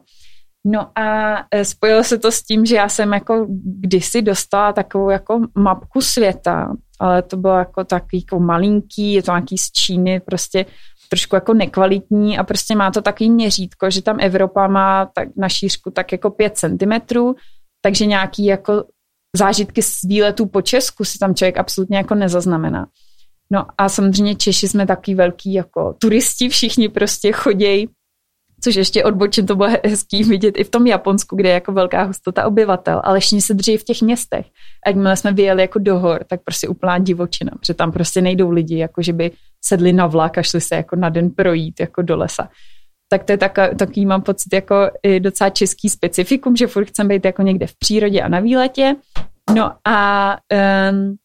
[SPEAKER 3] No a spojilo se to s tím, že já jsem jako kdysi dostala takovou jako mapku světa, ale to bylo jako takový jako malinký, je to nějaký z Číny, prostě trošku jako nekvalitní a prostě má to takový měřítko, že tam Evropa má tak na šířku tak jako pět centimetrů, takže nějaký jako zážitky z výletů po Česku si tam člověk absolutně jako nezaznamená. No a samozřejmě Češi jsme taky velký jako turisti, všichni prostě chodějí, což ještě odbočím, to bylo hezký vidět i v tom Japonsku, kde je jako velká hustota obyvatel, ale všichni se drží v těch městech. A jakmile jsme vyjeli jako do hor, tak prostě úplná divočina, protože tam prostě nejdou lidi, jako že by sedli na vlak a šli se jako na den projít jako do lesa. Tak to je taká, takový, mám pocit, jako i docela český specifikum, že furt chcem být jako někde v přírodě a na výletě. No a um,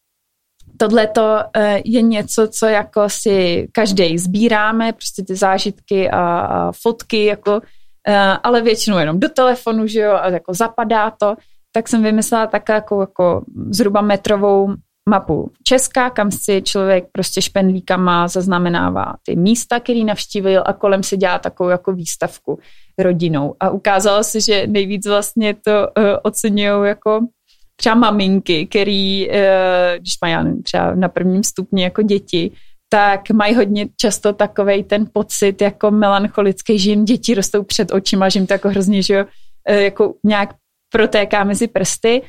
[SPEAKER 3] tohleto uh, je něco, co jako si každej sbíráme, prostě ty zážitky a, a fotky, jako, uh, ale většinou jenom do telefonu, že jo, a jako zapadá to. Tak jsem vymyslela takovou jako, jako zhruba metrovou mapu Česka, kam si člověk prostě špendlíkama zaznamenává ty místa, který navštívil a kolem si dělá takovou jako výstavku rodinou. A ukázalo se, že nejvíc vlastně to uh, oceňují jako třeba maminky, který, uh, když mají třeba na prvním stupni jako děti, tak mají hodně často takovej ten pocit jako melancholický, že jim děti rostou před očima, že jim to jako hrozně, že jo, uh, jako nějak protéká mezi prsty.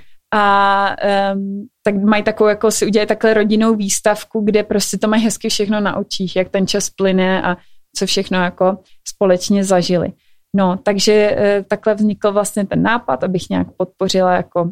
[SPEAKER 3] A um, tak mají takovou, jako si udělají takhle rodinnou výstavku, kde prostě to mají hezky všechno na očích, jak ten čas plyne a co všechno jako společně zažili. No, takže uh, takhle vznikl vlastně ten nápad, abych nějak podpořila jako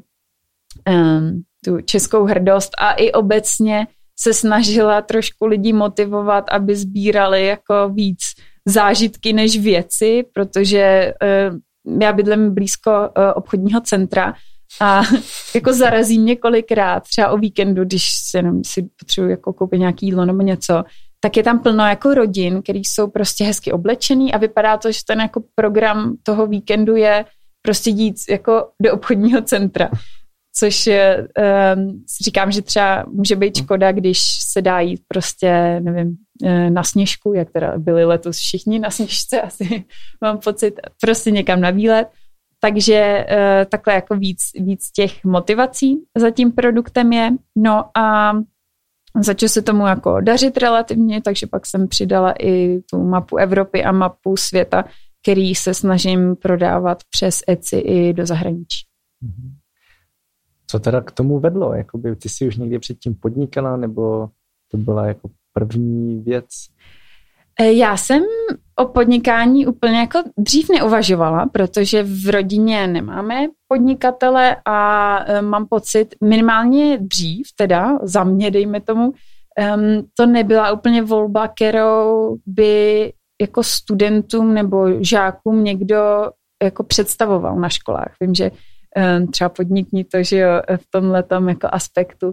[SPEAKER 3] um, tu českou hrdost a i obecně se snažila trošku lidi motivovat, aby sbírali jako víc zážitky než věci, protože uh, já bydlím blízko uh, obchodního centra a jako zarazí mě kolikrát, třeba o víkendu, když si, jenom, si potřebuji jako koupit nějaký jídlo nebo něco, tak je tam plno jako rodin, který jsou prostě hezky oblečený a vypadá to, že ten jako program toho víkendu je prostě jít jako do obchodního centra. Což um, si říkám, že třeba může být škoda, když se dá jít prostě, nevím, na Sněžku, jak teda byli letos všichni na Sněžce, asi mám pocit, prostě někam na výlet. Takže uh, takhle jako víc, víc těch motivací za tím produktem je. No a začalo se tomu jako dařit relativně, takže pak jsem přidala i tu mapu Evropy a mapu světa, který se snažím prodávat přes Etsy i do zahraničí.
[SPEAKER 2] Co teda k tomu vedlo? Jakoby ty jsi už někdy předtím podnikala, nebo to byla jako první věc?
[SPEAKER 3] Já jsem o podnikání úplně jako dřív neuvažovala, protože v rodině nemáme podnikatele a mám pocit, minimálně dřív, teda za mě, dejme tomu, to nebyla úplně volba, kterou by jako studentům nebo žákům někdo jako představoval na školách. Vím, že třeba podnikni to, že jo, v tomhle tam jako aspektu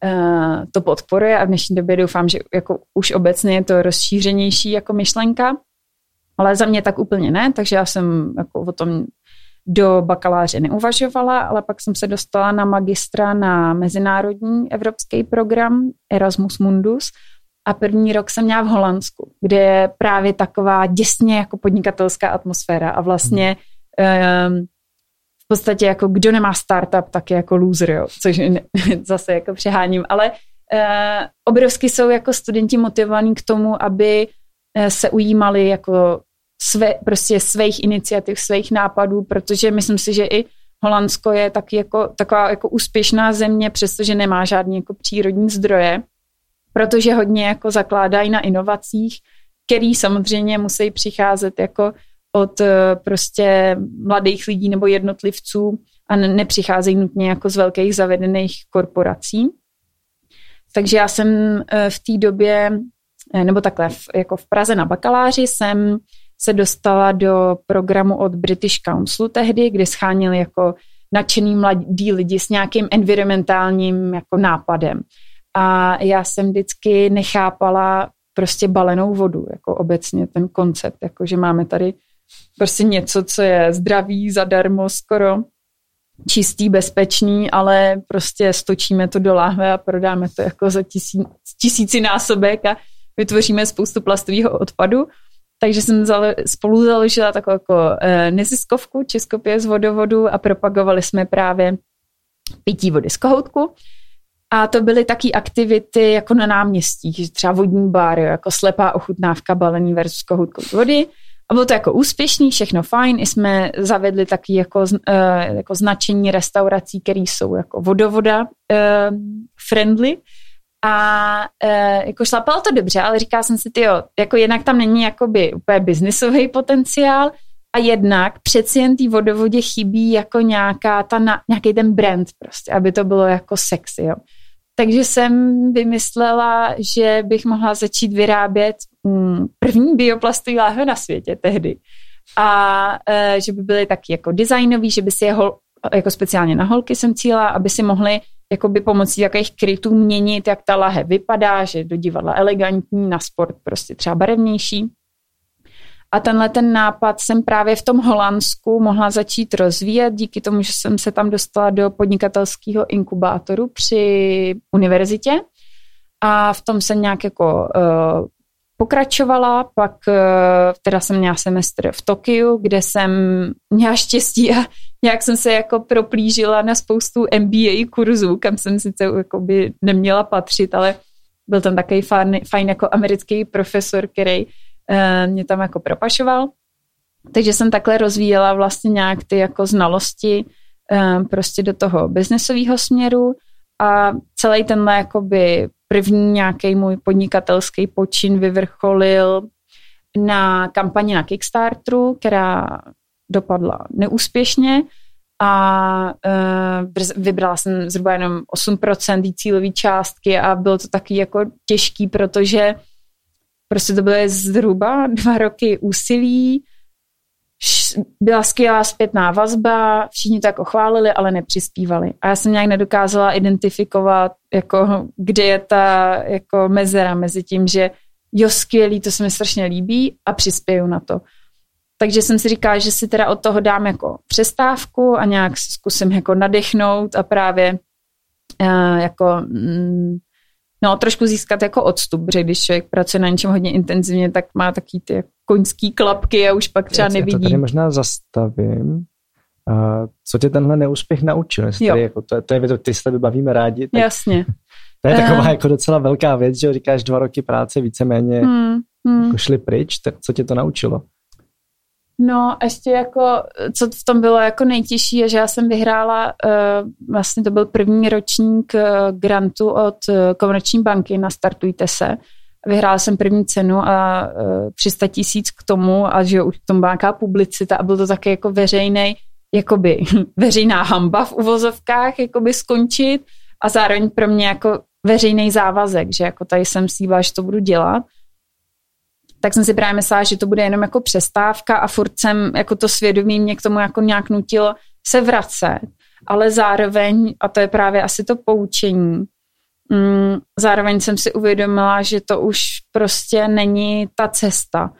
[SPEAKER 3] to podporuje a v dnešní době doufám, že jako už obecně je to rozšířenější jako myšlenka, ale za mě tak úplně ne, takže já jsem jako o tom do bakaláře neuvažovala, ale pak jsem se dostala na magistra na mezinárodní evropský program Erasmus Mundus a první rok jsem měla v Holandsku, kde je právě taková děsně jako podnikatelská atmosféra a vlastně um, v podstatě jako kdo nemá startup, tak je jako loser, jo, což ne, zase jako přeháním, ale uh, obrovsky jsou jako studenti motivovaní k tomu, aby uh, se ujímali jako své, prostě svých iniciativ, svých nápadů, protože myslím si, že i Holandsko je taky jako, taková jako úspěšná země, přestože nemá žádný jako přírodní zdroje, protože hodně jako zakládají na inovacích, který samozřejmě musí přicházet jako od prostě mladých lidí nebo jednotlivců a nepřicházejí nutně jako z velkých zavedených korporací. Takže já jsem v té době, nebo takhle jako v Praze na bakaláři jsem se dostala do programu od British Councilu tehdy, kde schánili jako nadšený mladí lidi s nějakým environmentálním jako nápadem. A já jsem vždycky nechápala prostě balenou vodu, jako obecně ten koncept, jako že máme tady prostě něco, co je zdravý, zadarmo, skoro čistý, bezpečný, ale prostě stočíme to do láhve a prodáme to jako za tisí, tisíci násobek a vytvoříme spoustu plastového odpadu. Takže jsem zalo, spolu založila takovou jako e, neziskovku Českopije z vodovodu a propagovali jsme právě pití vody z kohoutku. A to byly taky aktivity jako na náměstích, třeba vodní bar, jako slepá ochutnávka balený versus kohoutkou vody. A bylo to jako úspěšný, všechno fajn. I jsme zavedli taky jako, uh, jako značení restaurací, které jsou jako vodovoda uh, friendly. A uh, jako šlapalo to dobře, ale říkala jsem si, tyjo, jako jednak tam není jakoby úplně biznisový potenciál a jednak přeci jen té vodovodě chybí jako nějaká ta na, nějaký ten brand prostě, aby to bylo jako sexy, jo. Takže jsem vymyslela, že bych mohla začít vyrábět mm, první bioplastové láhve na světě tehdy. A e, že by byly taky jako designový, že by si je hol, jako speciálně na holky jsem cílila, aby si mohli jakoby pomocí jakých krytů měnit, jak ta láhev vypadá, že do divadla elegantní, na sport prostě třeba barevnější. A tenhle ten nápad jsem právě v tom Holandsku mohla začít rozvíjet díky tomu, že jsem se tam dostala do podnikatelského inkubátoru při univerzitě a v tom jsem nějak jako uh, pokračovala, pak uh, teda jsem měla semestr v Tokiu, kde jsem měla štěstí a nějak jsem se jako proplížila na spoustu M B A kurzů, kam jsem sice jako by neměla patřit, ale byl tam takový fajn, fajn jako americký profesor, který mě tam jako propašoval. Takže jsem takhle rozvíjela vlastně nějak ty jako znalosti prostě do toho biznesového směru a celý tenhle jakoby první nějaký můj podnikatelský počin vyvrcholil na kampani na Kickstarteru, která dopadla neúspěšně a vybrala jsem zhruba jenom osm procent cílové částky a bylo to taky jako těžký, protože prostě to byly zhruba dva roky úsilí, byla skvělá zpětná vazba, všichni to jako chválili, ale nepřispívali. A já jsem nějak nedokázala identifikovat, jako, kde je ta jako mezera mezi tím, že jo, skvělý, to se mi strašně líbí a přispěju na to. Takže jsem si říkala, že si teda od toho dám jako přestávku a nějak zkusím jako nadechnout a právě uh, jako mm, no trošku získat jako odstup, protože když člověk pracuje na něčem hodně intenzivně, tak má taky ty jako koňský klapky a už pak třeba nevidí.
[SPEAKER 2] Já to tady možná zastavím. Uh, co tě tenhle neúspěch naučil? Tady jako, to, to je věc, ty se tady bavíme rádi. Tak
[SPEAKER 3] jasně.
[SPEAKER 2] To je taková uh, jako docela velká věc, že říkáš dva roky práce víceméně hmm, hmm. jako šli pryč, tak co tě to naučilo?
[SPEAKER 3] No, ještě jako, co v tom bylo jako nejtěžší, je, že já jsem vyhrála, uh, vlastně to byl první ročník uh, grantu od uh, Komerční banky na Startujte se. Vyhrála jsem první cenu a uh, tři sta tisíc k tomu a že už k tomu byla nějaká publicita a byl to taky jako veřejnej, jakoby veřejná hamba v uvozovkách, jakoby skončit a zároveň pro mě jako veřejný závazek, že jako tady jsem slíbila, že to budu dělat. Tak jsem si právě myslela, že to bude jenom jako přestávka a furt jsem jako to svědomí mě k tomu jako nějak nutilo se vracet, ale zároveň, a to je právě asi to poučení, mm, zároveň jsem si uvědomila, že to už prostě není ta cesta,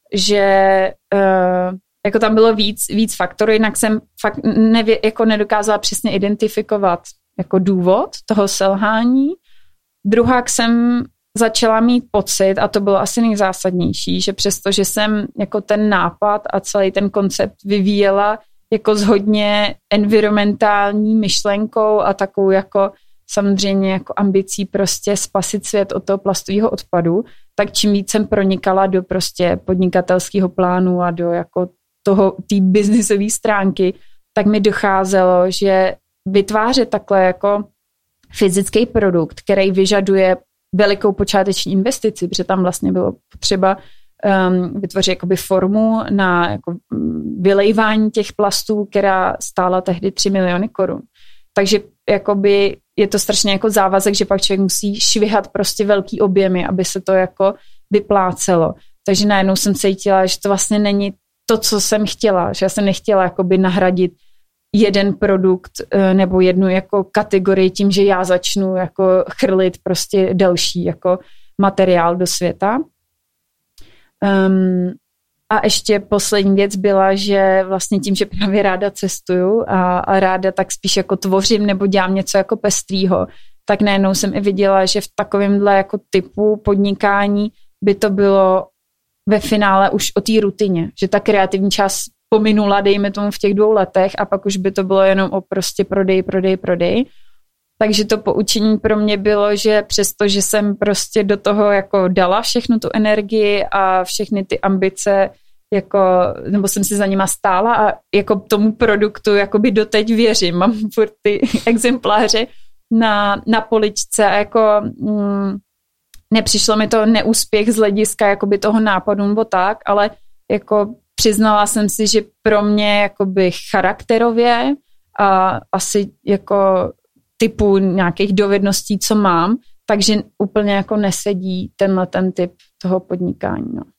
[SPEAKER 3] že uh, jako tam bylo víc, víc faktorů, jinak jsem fakt nevě, jako nedokázala přesně identifikovat jako důvod toho selhání. Druhák jsem začala mít pocit, a to bylo asi nejzásadnější, že přesto, že jsem jako ten nápad a celý ten koncept vyvíjela jako s hodně environmentální myšlenkou a takovou jako samozřejmě jako ambicí prostě spasit svět od toho plastového odpadu, tak čím víc jsem pronikala do prostě podnikatelského plánu a do jako toho, té biznisové stránky, tak mi docházelo, že vytvářet takhle jako fyzický produkt, který vyžaduje velikou počáteční investici, protože tam vlastně bylo potřeba um, vytvořit jakoby formu na jako vylejvání těch plastů, která stála tehdy tři miliony korun. Takže jakoby je to strašně jako závazek, že pak člověk musí švihat prostě velký objemy, aby se to jako vyplácelo. Takže najednou jsem cítila, že to vlastně není to, co jsem chtěla, že já jsem nechtěla jakoby nahradit jeden produkt nebo jednu jako kategorii tím, že já začnu jako chrlit prostě další jako materiál do světa. Um, a ještě poslední věc byla, že vlastně tím, že právě ráda cestuju a, a ráda tak spíš jako tvořím nebo dělám něco jako pestrýho, tak najednou jsem i viděla, že v takovémhle jako typu podnikání by to bylo ve finále už o té rutině, že ta kreativní část pominula, dejme tomu v těch dvou letech a pak už by to bylo jenom o prostě prodej, prodej, prodej. Takže to poučení pro mě bylo, že přesto, že jsem prostě do toho jako dala všechnu tu energii a všechny ty ambice, jako, nebo jsem si za nima stála a jako tomu produktu jakoby doteď věřím. Mám furt ty exempláře na, na poličce a jako mm, nepřišlo mi to neúspěch z hlediska jakoby toho nápadu nebo tak, ale jako přiznala jsem si, že pro mě jakoby charakterově a asi jako typu nějakých dovedností, co mám, takže úplně jako nesedí tenhle ten typ toho podnikání. No,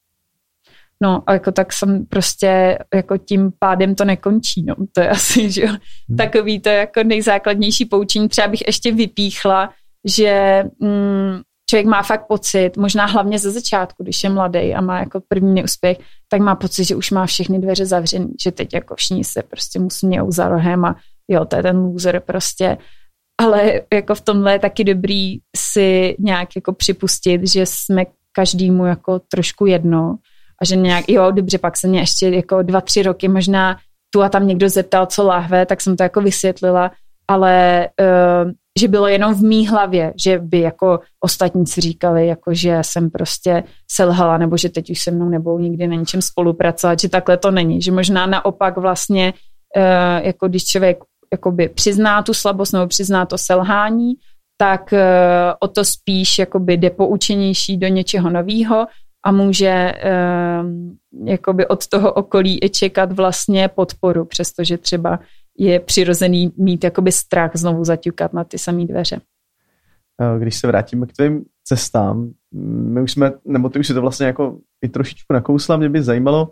[SPEAKER 3] no a jako tak jsem prostě jako tím pádem to nekončí. No. To je asi, že jo, hmm. takový to jako nejzákladnější poučení. Třeba bych ještě vypíchla, že mm, člověk má fakt pocit, možná hlavně ze začátku, když je mladý a má jako první neúspěch, tak má pocit, že už má všechny dveře zavřený, že teď jako všichni se prostě musí mějou za rohem a jo, to je ten loser prostě. Ale jako v tomhle je taky dobrý si nějak jako připustit, že jsme každému jako trošku jedno a že nějak, jo, dobře, pak se mě ještě jako dva, tři roky možná tu a tam někdo zeptal, co lahve, tak jsem to jako vysvětlila, ale uh, že bylo jenom v mý hlavě, že by jako ostatní si říkali, jako že jsem prostě selhala, nebo že teď už se mnou nebudou nikdy na ničem spolupracovat, že takhle to není, že možná naopak vlastně, uh, jako když člověk jakoby přizná tu slabost nebo přizná to selhání, tak uh, o to spíš jakoby jde poučenější do něčeho nového a může uh, jakoby od toho okolí i čekat vlastně podporu, přestože třeba je přirozený mít jakoby strach znovu zaťukat na ty samé dveře.
[SPEAKER 4] Když se vrátíme k tvým cestám, my už jsme, nebo ty už si to vlastně jako i trošičku nakousla, mě by zajímalo,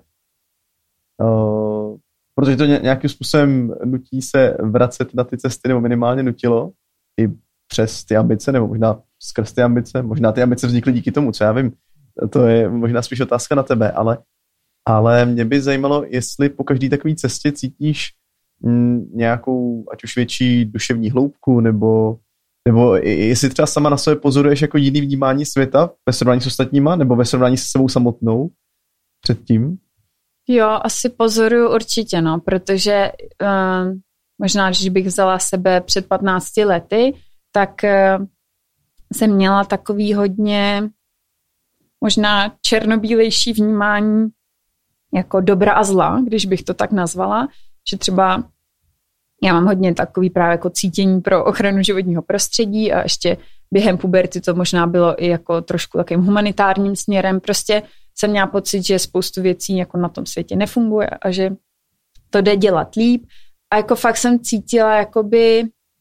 [SPEAKER 4] uh, protože to nějakým způsobem nutí se vracet na ty cesty, nebo minimálně nutilo i přes ty ambice, nebo možná skrz ty ambice, možná ty ambice vznikly díky tomu, co já vím. to je možná spíš otázka na tebe, ale, ale mě by zajímalo, jestli po každé takové cestě cítíš m, nějakou, ať už větší duševní hloubku, nebo, nebo jestli třeba sama na sebe pozoruješ jako jiný vnímání světa ve srovnání s ostatníma, nebo ve srovnání s sebou samotnou předtím?
[SPEAKER 3] Jo, asi pozoruju určitě, no, protože uh, možná, když bych vzala sebe před patnácti lety, tak uh, jsem měla takový hodně možná černobílejší vnímání jako dobra a zla, když bych to tak nazvala, že třeba já mám hodně takový právě jako cítění pro ochranu životního prostředí a ještě během puberty to možná bylo i jako trošku takovým humanitárním směrem. Prostě jsem měla pocit, že spoustu věcí jako na tom světě nefunguje a že to jde dělat líp. A jako fakt jsem cítila jakoby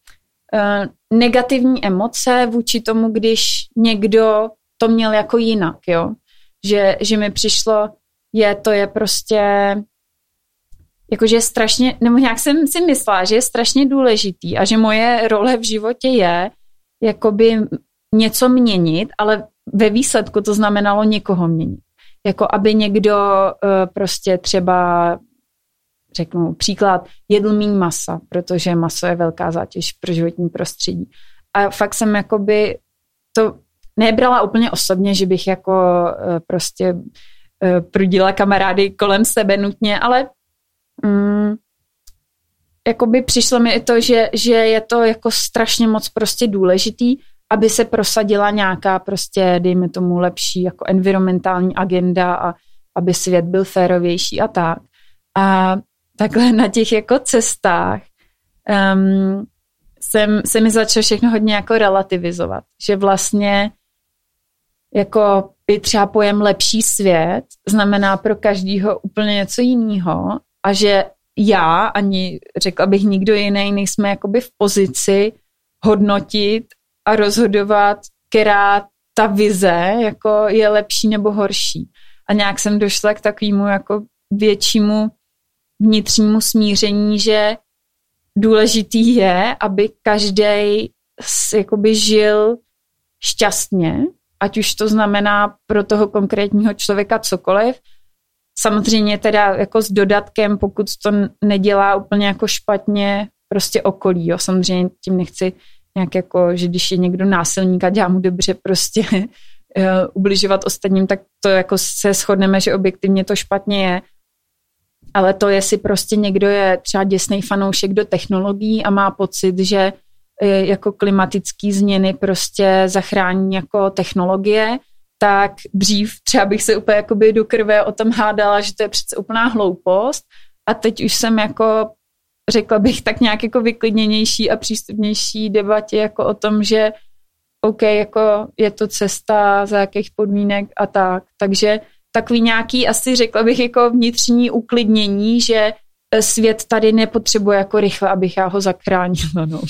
[SPEAKER 3] uh, negativní emoce vůči tomu, když někdo to měl jako jinak, jo. Že, že mi přišlo, je to je prostě jakože je strašně, nebo nějak jsem si myslela, že je strašně důležitý a že moje role v životě je jakoby něco měnit, ale ve výsledku to znamenalo někoho měnit. Jako aby někdo uh, prostě třeba, řeknu příklad, jedl míň masa, protože maso je velká zátěž pro životní prostředí. A fakt jsem jakoby to nebrala úplně osobně, že bych jako uh, prostě uh, prudila kamarády kolem sebe nutně, ale um, jakoby přišlo mi i to, že, že je to jako strašně moc prostě důležitý, aby se prosadila nějaká prostě, dejme tomu, lepší jako environmentální agenda a aby svět byl férovější a tak. A takhle na těch jako cestách um, jsem, se mi začalo všechno hodně jako relativizovat. Že vlastně jako by třeba pojem lepší svět znamená pro každýho úplně něco jiného a že já, ani řekla bych nikdo jiný, nejsme jakoby v pozici hodnotit a rozhodovat, která ta vize jako je lepší nebo horší. A nějak jsem došla k takovému jako většímu vnitřnímu smíření, že důležitý je, aby každej jakoby žil šťastně, ať už to znamená pro toho konkrétního člověka cokoliv. Samozřejmě teda jako s dodatkem, pokud to nedělá úplně jako špatně prostě okolí. Jo. Samozřejmě tím nechci nějak jako, že když je někdo násilník a dělá mu dobře prostě uh, ubližovat ostatním, tak to jako se shodneme, že objektivně to špatně je. Ale to, jestli prostě někdo je třeba děsnej fanoušek do technologií a má pocit, že uh, jako klimatický změny prostě zachrání jako technologie, tak dřív třeba bych se úplně jakoby do krve o tom hádala, že to je přece úplná hloupost. A teď už jsem jako řekla bych tak nějak jako vyklidněnější a přístupnější debatě jako o tom, že OK, jako je to cesta, za jakých podmínek a tak. Takže takový nějaký, asi řekla bych jako vnitřní uklidnění, že svět tady nepotřebuje jako rychle, abych já ho zachránila. No.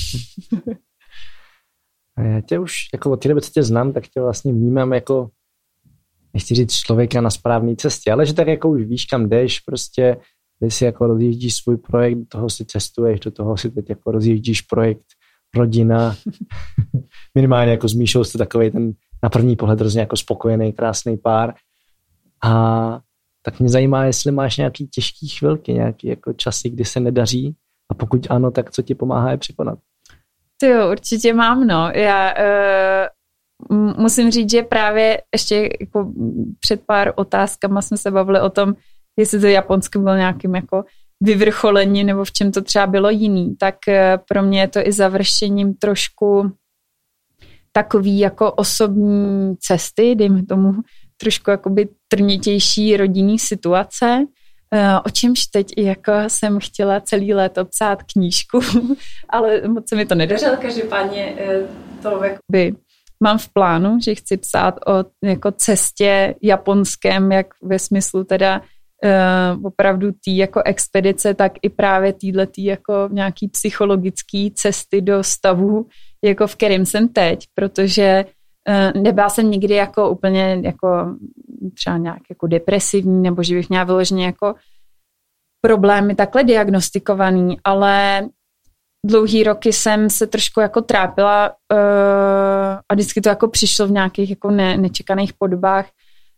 [SPEAKER 2] A já tě už jako od té doby, co tě znám, tak tě vlastně vnímám jako, nechci říct člověka na správné cestě, ale že tak jako už víš, kam jdeš, prostě ty si jako rozjíždíš svůj projekt, do toho si cestuješ, do toho si teď jako rozjíždíš projekt rodina. Minimálně jako s Míšou jste takovej ten na první pohled hrozně jako spokojený, krásný pár. A tak mě zajímá, jestli máš nějaký těžký chvilky, nějaký jako časy, kdy se nedaří a pokud ano, tak co ti pomáhá je překonat?
[SPEAKER 3] Ty jo, určitě mám, no. Já uh, musím říct, že právě ještě jako před pár otázkama jsme se bavili o tom, jestli to Japonsko bylo nějakým jako vyvrcholení nebo v čem to třeba bylo jiný, tak pro mě je to i završením trošku takový jako osobní cesty, dejme tomu trošku jakoby trnitější rodinný situace, o čemž teď i jako jsem chtěla celý léto psát knížku, ale moc se mi to nedařilo, každopádně to jakoby mám v plánu, že chci psát o jako cestě japonském, jak ve smyslu teda Uh, opravdu tý jako expedice, tak i právě týhletý jako nějaký psychologický cesty do stavu, jako v kterém jsem teď, protože uh, nebyla jsem nikdy jako úplně jako třeba nějak jako depresivní, nebo že bych měla vyloženě jako problémy takhle diagnostikovaný, ale dlouhý roky jsem se trošku jako trápila uh, a vždycky to jako přišlo v nějakých jako ne, nečekaných podobách.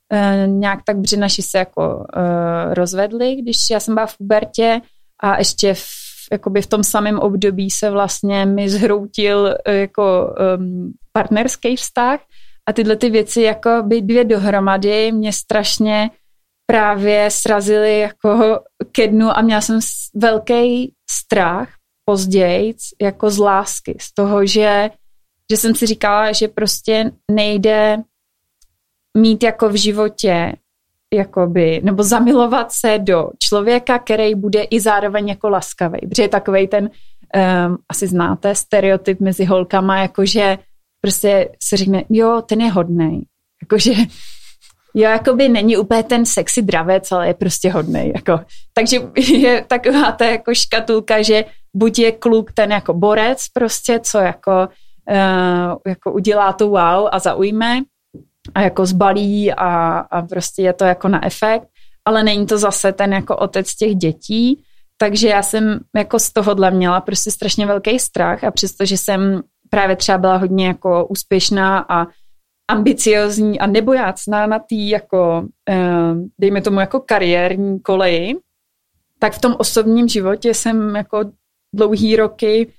[SPEAKER 3] uh, nějak tak, protože naši se jako uh, rozvedli, když já jsem byla v pubertě a ještě v, jakoby v tom samém období se vlastně mi zhroutil uh, jako um, partnerský vztah a tyhle ty věci jako by dvě dohromady mě strašně právě srazily jako ke dnu a měla jsem velký strach později jako z lásky, z toho, že, že jsem si říkala, že prostě nejde mít jako v životě jakoby, nebo zamilovat se do člověka, který bude i zároveň jako laskavý, protože je takovej ten, um, asi znáte, stereotyp mezi holkama, jakože prostě se řekne, jo, ten je hodnej, jakože jo, jakoby není úplně ten sexy dravec, ale je prostě hodnej, jako. Takže je taková ta jako škatulka, že buď je kluk ten jako borec prostě, co jako, uh, jako udělá to wow a zaujme a jako zbalí a, a prostě je to jako na efekt, ale není to zase ten jako otec těch dětí, takže já jsem jako z tohohle měla prostě strašně velký strach a přestože jsem právě třeba byla hodně jako úspěšná a ambiciozní a nebojácná na té jako, dejme tomu jako kariérní koleji, tak v tom osobním životě jsem jako dlouhý roky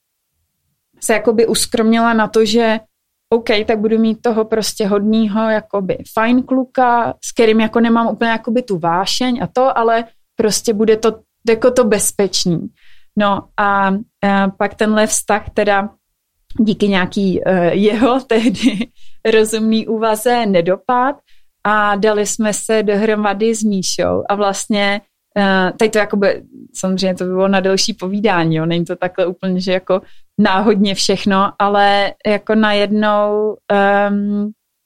[SPEAKER 3] se jakoby uskromnila na to, že OK, tak budu mít toho prostě hodnýho jakoby fajn kluka, s kterým jako nemám úplně jakoby tu vášeň a to, ale prostě bude to jako to bezpečný. No a, a pak tenhle vztah teda díky nějaký uh, jeho tehdy rozumný úvaze nedopad a dali jsme se dohromady s Míšou a vlastně uh, tady to jakoby, samozřejmě to by bylo na delší povídání, jo, není to takhle úplně, že jako náhodně všechno, ale jako najednou um,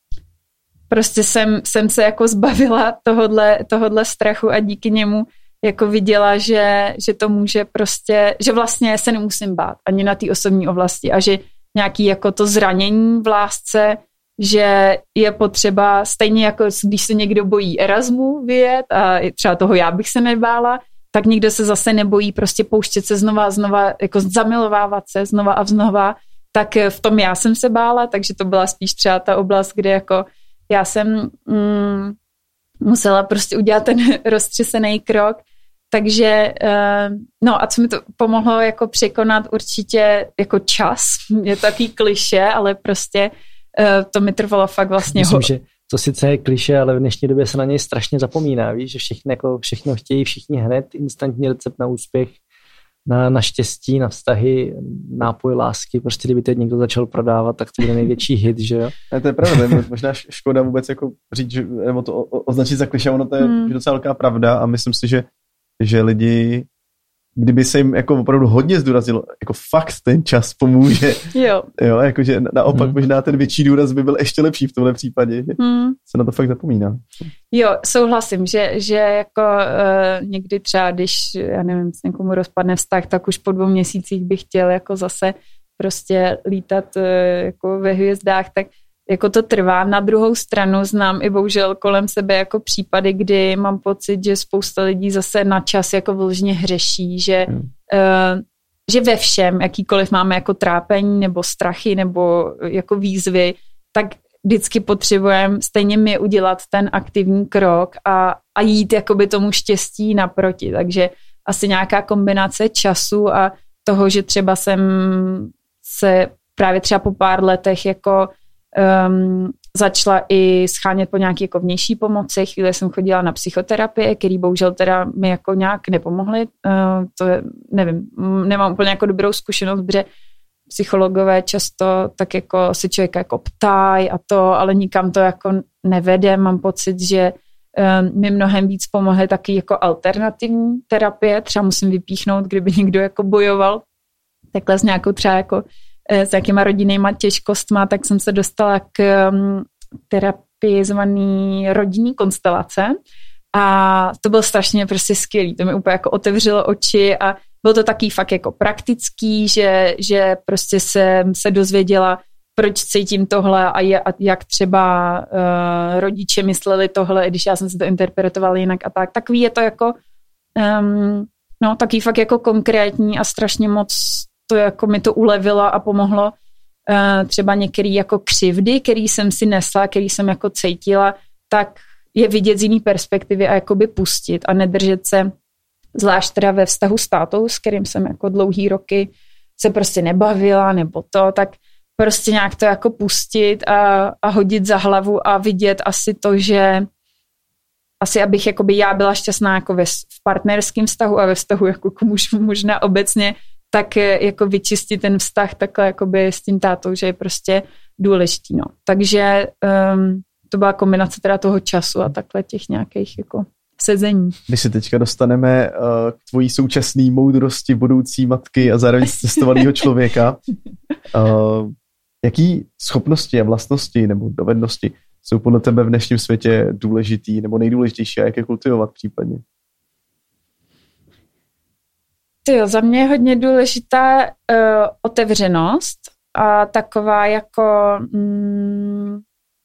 [SPEAKER 3] prostě jsem, jsem se jako zbavila tohodle, tohodle strachu a díky němu jako viděla, že, že to může prostě, že vlastně se nemusím bát ani na té osobní oblasti a že nějaký jako to zranění v lásce, že je potřeba, stejně jako když se někdo bojí Erasmu vyjet a třeba toho já bych se nebála, tak nikdo se zase nebojí prostě pouštět se znova a znova, jako zamilovávat se znova a znova, tak v tom já jsem se bála, takže to byla spíš třeba ta oblast, kde jako já jsem mm, musela prostě udělat ten roztřesený krok, takže no a co mi to pomohlo jako překonat určitě jako čas, je to takový kliše, ale prostě to mi trvalo fakt vlastně.
[SPEAKER 2] Myslím, ho... že to sice je kliše, ale v dnešní době se na něj strašně zapomíná, víš, že všichni jako všechno chtějí, všichni hned, instantní recept na úspěch, na, na štěstí, na vztahy, nápoj lásky, prostě kdyby teď někdo začal prodávat, tak to bude největší hit, že jo?
[SPEAKER 4] Ne, to je pravda, to je možná škoda vůbec jako říct, že, nebo to označit za kliše, ono to je hmm. docela velká pravda a myslím si, že že lidi, kdyby se jim jako opravdu hodně zdůraznilo, jako fakt ten čas pomůže.
[SPEAKER 3] Jo. Jo,
[SPEAKER 4] jakože naopak hmm. možná ten větší důraz by byl ještě lepší v tomhle případě. Hmm. Se na to fakt zapomíná.
[SPEAKER 3] Jo, souhlasím, že, že jako uh, někdy třeba, když, já nevím, s někomu rozpadne vztah, tak už po dvou měsících bych chtěl jako zase prostě lítat uh, jako ve hvězdách, tak jako to trvá. Na druhou stranu znám i bohužel kolem sebe jako případy, kdy mám pocit, že spousta lidí zase na čas jako vložně hřeší, že, hmm. uh, že ve všem, jakýkoliv máme jako trápení nebo strachy nebo jako výzvy, tak vždycky potřebujeme stejně mi udělat ten aktivní krok a, a jít jakoby tomu štěstí naproti. Takže asi nějaká kombinace času a toho, že třeba jsem se právě třeba po pár letech jako Um, začala i schánět po nějaké jako vnější pomoci. Chvíli jsem chodila na psychoterapie, který bohužel teda mi jako nějak nepomohly. Uh, to je, nevím, nemám úplně jako dobrou zkušenost, protože psychologové často tak jako se člověka jako ptají a to, ale nikam to jako nevede. Mám pocit, že um, mi mnohem víc pomohly taky jako alternativní terapie. Třeba musím vypíchnout, kdyby někdo jako bojoval takhle s nějakou třeba jako s jakýma rodinnýma těžkostma, tak jsem se dostala k um, terapii zvaný rodinní konstelace a to bylo strašně prostě skvělý, to mi úplně jako otevřelo oči a bylo to taky fakt jako praktický, že, že prostě jsem se dozvěděla, proč cítím tohle a, je, a jak třeba uh, rodiče mysleli tohle, když já jsem se to interpretovala jinak a tak. Takový je to jako um, no, taky fakt jako konkrétní a strašně moc to jako mi to ulevilo a pomohlo uh, třeba některé jako křivdy, který jsem si nesla, který jsem jako cítila, tak je vidět z jiný perspektivy a jakoby pustit a nedržet se, zvlášť teda ve vztahu s tátou, s kterým jsem jako dlouhý roky se prostě nebavila nebo to, tak prostě nějak to jako pustit a, a hodit za hlavu a vidět asi to, že asi abych jakoby já byla šťastná jako ve, v partnerském vztahu a ve vztahu jako k mužu možná obecně, tak jako vyčistit ten vztah takhle jakoby s tím tátou, že je prostě důležitý. No. Takže um, to byla kombinace teda toho času a takhle těch nějakých jako sezení.
[SPEAKER 4] Když se teďka dostaneme uh, k tvojí současné moudrosti budoucí matky a zároveň cestovaného člověka, uh, jaký schopnosti a vlastnosti nebo dovednosti jsou podle tebe v dnešním světě důležitý nebo nejdůležitější a jak je kultivovat případně?
[SPEAKER 3] Tyjo, za mě je hodně důležitá uh, otevřenost a taková jako mm,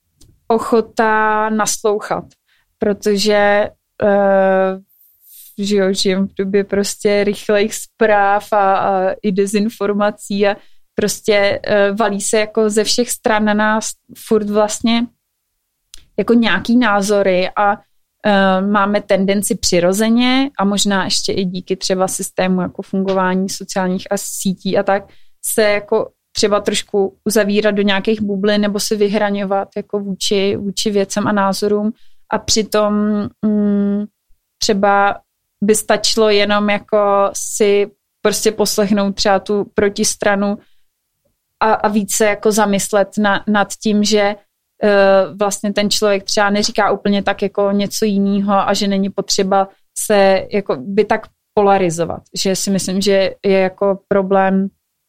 [SPEAKER 3] ochota naslouchat, protože uh, žiju, žijem v době prostě rychlejch zpráv a, a i dezinformací a prostě uh, valí se jako ze všech stran na nás furt vlastně jako nějaký názory a uh, máme tendenci přirozeně a možná ještě i díky třeba systému jako fungování sociálních a sítí a tak se jako třeba trošku uzavírat do nějakých bublin nebo se vyhraňovat jako vůči, vůči věcem a názorům a přitom mm, třeba by stačilo jenom jako si prostě poslechnout třeba tu protistranu a, a více jako zamyslet na, nad tím, že uh, vlastně ten člověk třeba neříká úplně tak jako něco jiného a že není potřeba se jako by tak polarizovat. Že si myslím, že je jako problém,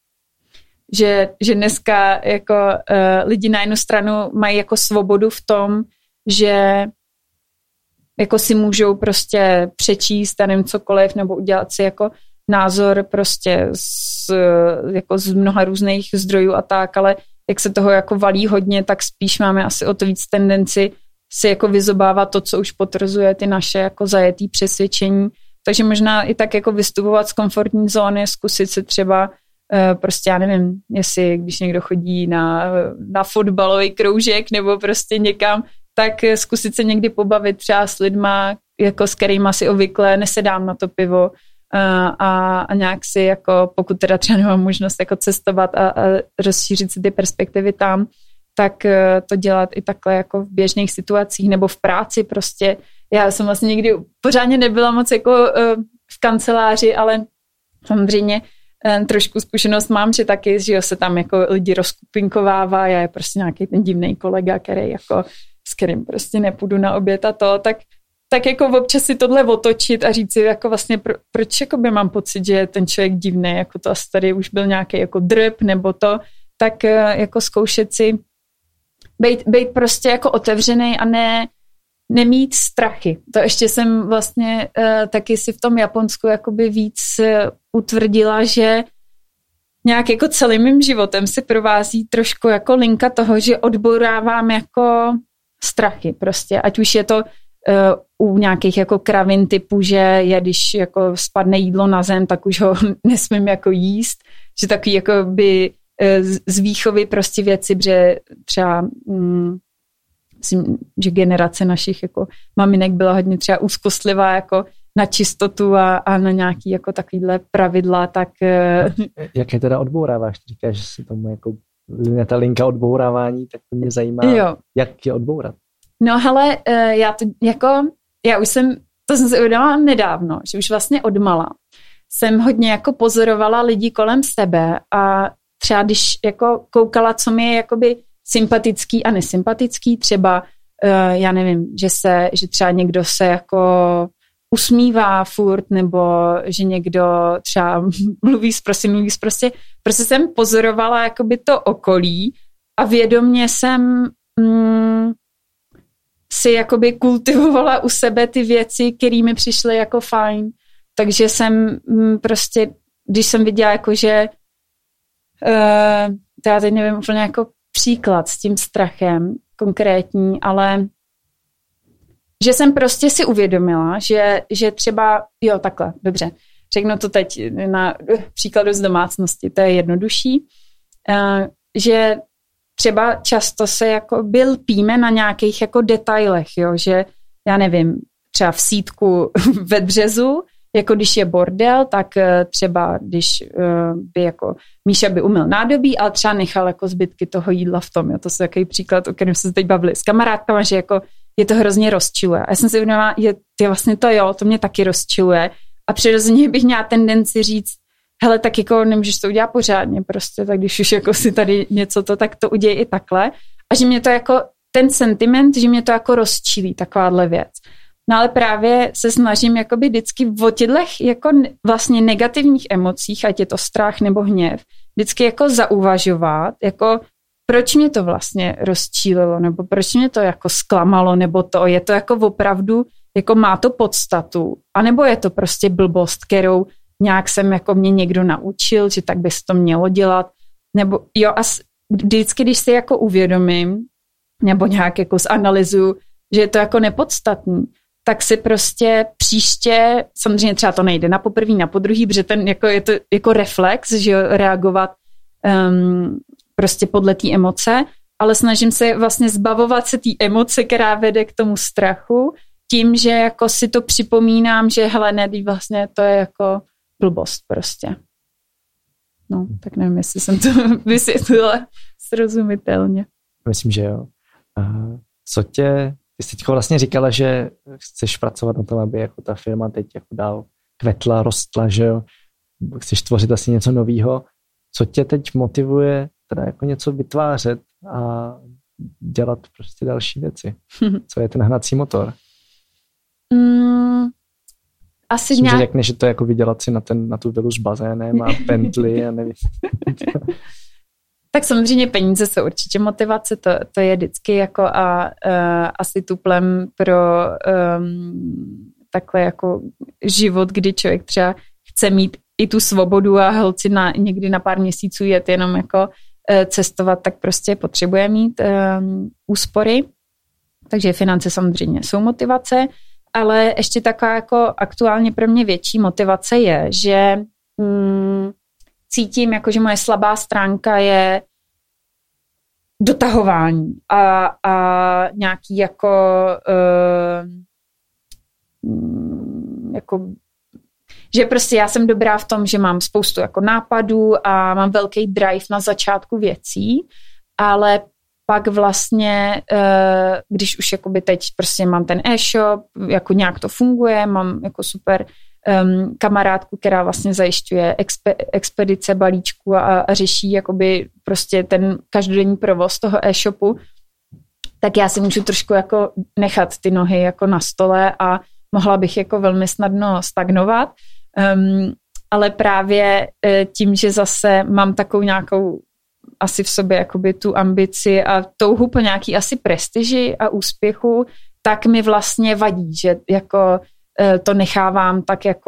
[SPEAKER 3] že, že dneska jako uh, lidi na jednu stranu mají jako svobodu v tom, že jako si můžou prostě přečíst a nevím cokoliv nebo udělat si jako názor prostě z, jako z mnoha různých zdrojů a tak, ale jak se toho jako valí hodně, tak spíš máme asi o to víc tendenci si jako vyzobávat to, co už potvrzuje ty naše jako zajetý přesvědčení. Takže možná i tak jako vystupovat z komfortní zóny, zkusit se třeba prostě já nevím, jestli když někdo chodí na, na fotbalový kroužek nebo prostě někam, tak zkusit se někdy pobavit třeba s lidma, jako s kterýma si obvykle nesedám na to pivo a, a, a nějak si jako, pokud teda třeba nemám možnost jako cestovat a, a rozšířit si ty perspektivy tam, tak to dělat i takhle jako v běžných situacích nebo v práci prostě. Já jsem vlastně nikdy pořádně nebyla moc jako v kanceláři, ale samozřejmě trošku zkušenost mám, že taky, že se tam jako lidi rozkupinkovává, já je prostě nějaký ten divný kolega, který jako, s kterým prostě nepůjdu na oběd a to, tak, tak jako občas si tohle otočit a říct si jako vlastně, pro, proč jako by mám pocit, že ten člověk divný, jako to asi tady už byl nějaký jako drb nebo to, tak jako zkoušet si být, být prostě jako otevřený a ne nemít strachy. To ještě jsem vlastně uh, taky si v tom Japonsku jakoby víc uh, utvrdila, že nějak jako celým mým životem se provází trošku jako linka toho, že odborávám jako strachy prostě. Ať už je to uh, u nějakých jako kravin typu, že je, když jako spadne jídlo na zem, tak už ho nesmím jako jíst. Že takový jako by uh, z výchovy prostě věci, že třeba um, myslím, že generace našich jako maminek byla hodně třeba úzkostlivá jako na čistotu a, a na nějaký jako takovýhle pravidla, tak...
[SPEAKER 2] Jak je teda odbouráváš? Ty říkáš, že se tomu jako ta linka odbourávání, tak to mě zajímá,
[SPEAKER 3] jo.
[SPEAKER 2] Jak je odbourat.
[SPEAKER 3] No hele, já to jako, já už jsem, to jsem se uvědomila nedávno, že už vlastně odmala jsem hodně jako pozorovala lidi kolem sebe a třeba když jako koukala, co mi je jakoby sympatický a nesympatický, třeba, uh, já nevím, že se, že třeba někdo se jako usmívá furt, nebo že někdo třeba mluví zprostě, mluví zprostě. Prostě jsem pozorovala jakoby to okolí a vědomě jsem mm, si jakoby kultivovala u sebe ty věci, které mi přišly jako fajn. Takže jsem mm, prostě, když jsem viděla jako, že uh, to já teď nevím úplně jako příklad s tím strachem konkrétní, ale že jsem prostě si uvědomila, že, že třeba, jo takhle, dobře, řeknu to teď na příkladu z domácnosti, to je jednodušší, uh, že třeba často se jako byl píme na nějakých jako detailech, jo, že já nevím, třeba v sítku ve Březu, jako když je bordel, tak třeba když by jako Míša by umyl nádobí, ale třeba nechal jako zbytky toho jídla v tom. Jo. To je takový příklad, o kterém jsme se teď bavili s kamarádkama, že jako je to hrozně rozčiluje. A já jsem si uvědomila, je ty vlastně to jo, to mě taky rozčiluje. A přirozeně bych měla tendenci říct, hele, tak jako nemůžeš to udělat pořádně prostě, tak když už jako si tady něco to, tak to uděj i takhle. A že mě to jako, ten sentiment, že mě to jako rozčilí, takováhle věc. No ale právě se snažím jakoby vždycky o těchto jako vlastně negativních emocích, ať je to strach nebo hněv, vždycky jako zauvažovat, jako proč mě to vlastně rozčílilo, nebo proč mě to jako zklamalo, nebo to, je to jako opravdu, jako má to podstatu, anebo je to prostě blbost, kterou nějak jsem jako mě někdo naučil, že tak by se to mělo dělat, nebo jo a vždycky, když si jako uvědomím, nebo nějak jako zanalyzuju, že je to jako nepodstatný, tak si prostě příště, samozřejmě třeba to nejde na poprvý, na podruhý, protože ten jako je to jako reflex, že reagovat um, prostě podle té emoce, ale snažím se vlastně zbavovat se té emoce, která vede k tomu strachu, tím, že jako si to připomínám, že hele, ne, vlastně to je jako blbost prostě. No, tak nevím, jestli jsem to vysvětlila srozumitelně.
[SPEAKER 2] Myslím, že jo. Uh, co tě, ty jsi teď vlastně říkala, že chceš pracovat na tom, aby jako ta firma teď jako dál kvetla, rostla, že jo. Chceš tvořit asi něco novýho. Co tě teď motivuje teda jako něco vytvářet a dělat prostě další věci? Co je ten hnací motor?
[SPEAKER 3] Mm, asi
[SPEAKER 2] Myslím,
[SPEAKER 3] nějak...
[SPEAKER 2] že řekne, že to je jako vydělat si na, ten, na tu vilu s bazénem a Bentley a nevím.
[SPEAKER 3] Tak samozřejmě peníze jsou určitě motivace, to, to je vždycky jako a uh, asi tuplem pro um, takhle jako život, kdy člověk třeba chce mít i tu svobodu a holci na, někdy na pár měsíců jet jenom jako uh, cestovat, tak prostě potřebuje mít um, úspory. Takže finance samozřejmě jsou motivace, ale ještě taková jako aktuálně pro mě větší motivace je, že mm, cítím, jako, že moje slabá stránka je dotahování a, a nějaký jako, uh, jako že prostě já jsem dobrá v tom, že mám spoustu jako nápadů a mám velký drive na začátku věcí, ale pak vlastně, uh, když už jakoby teď prostě mám ten e-shop, jako nějak to funguje, mám jako super Um, kamarádku, která vlastně zajišťuje expe, expedice balíčku a, a řeší jakoby prostě ten každodenní provoz toho e-shopu, tak já si můžu trošku jako nechat ty nohy jako na stole a mohla bych jako velmi snadno stagnovat, um, ale právě uh, tím, že zase mám takovou nějakou asi v sobě jakoby tu ambici a touhu po nějaký asi prestiži a úspěchu, tak mi vlastně vadí, že jako to nechávám tak jako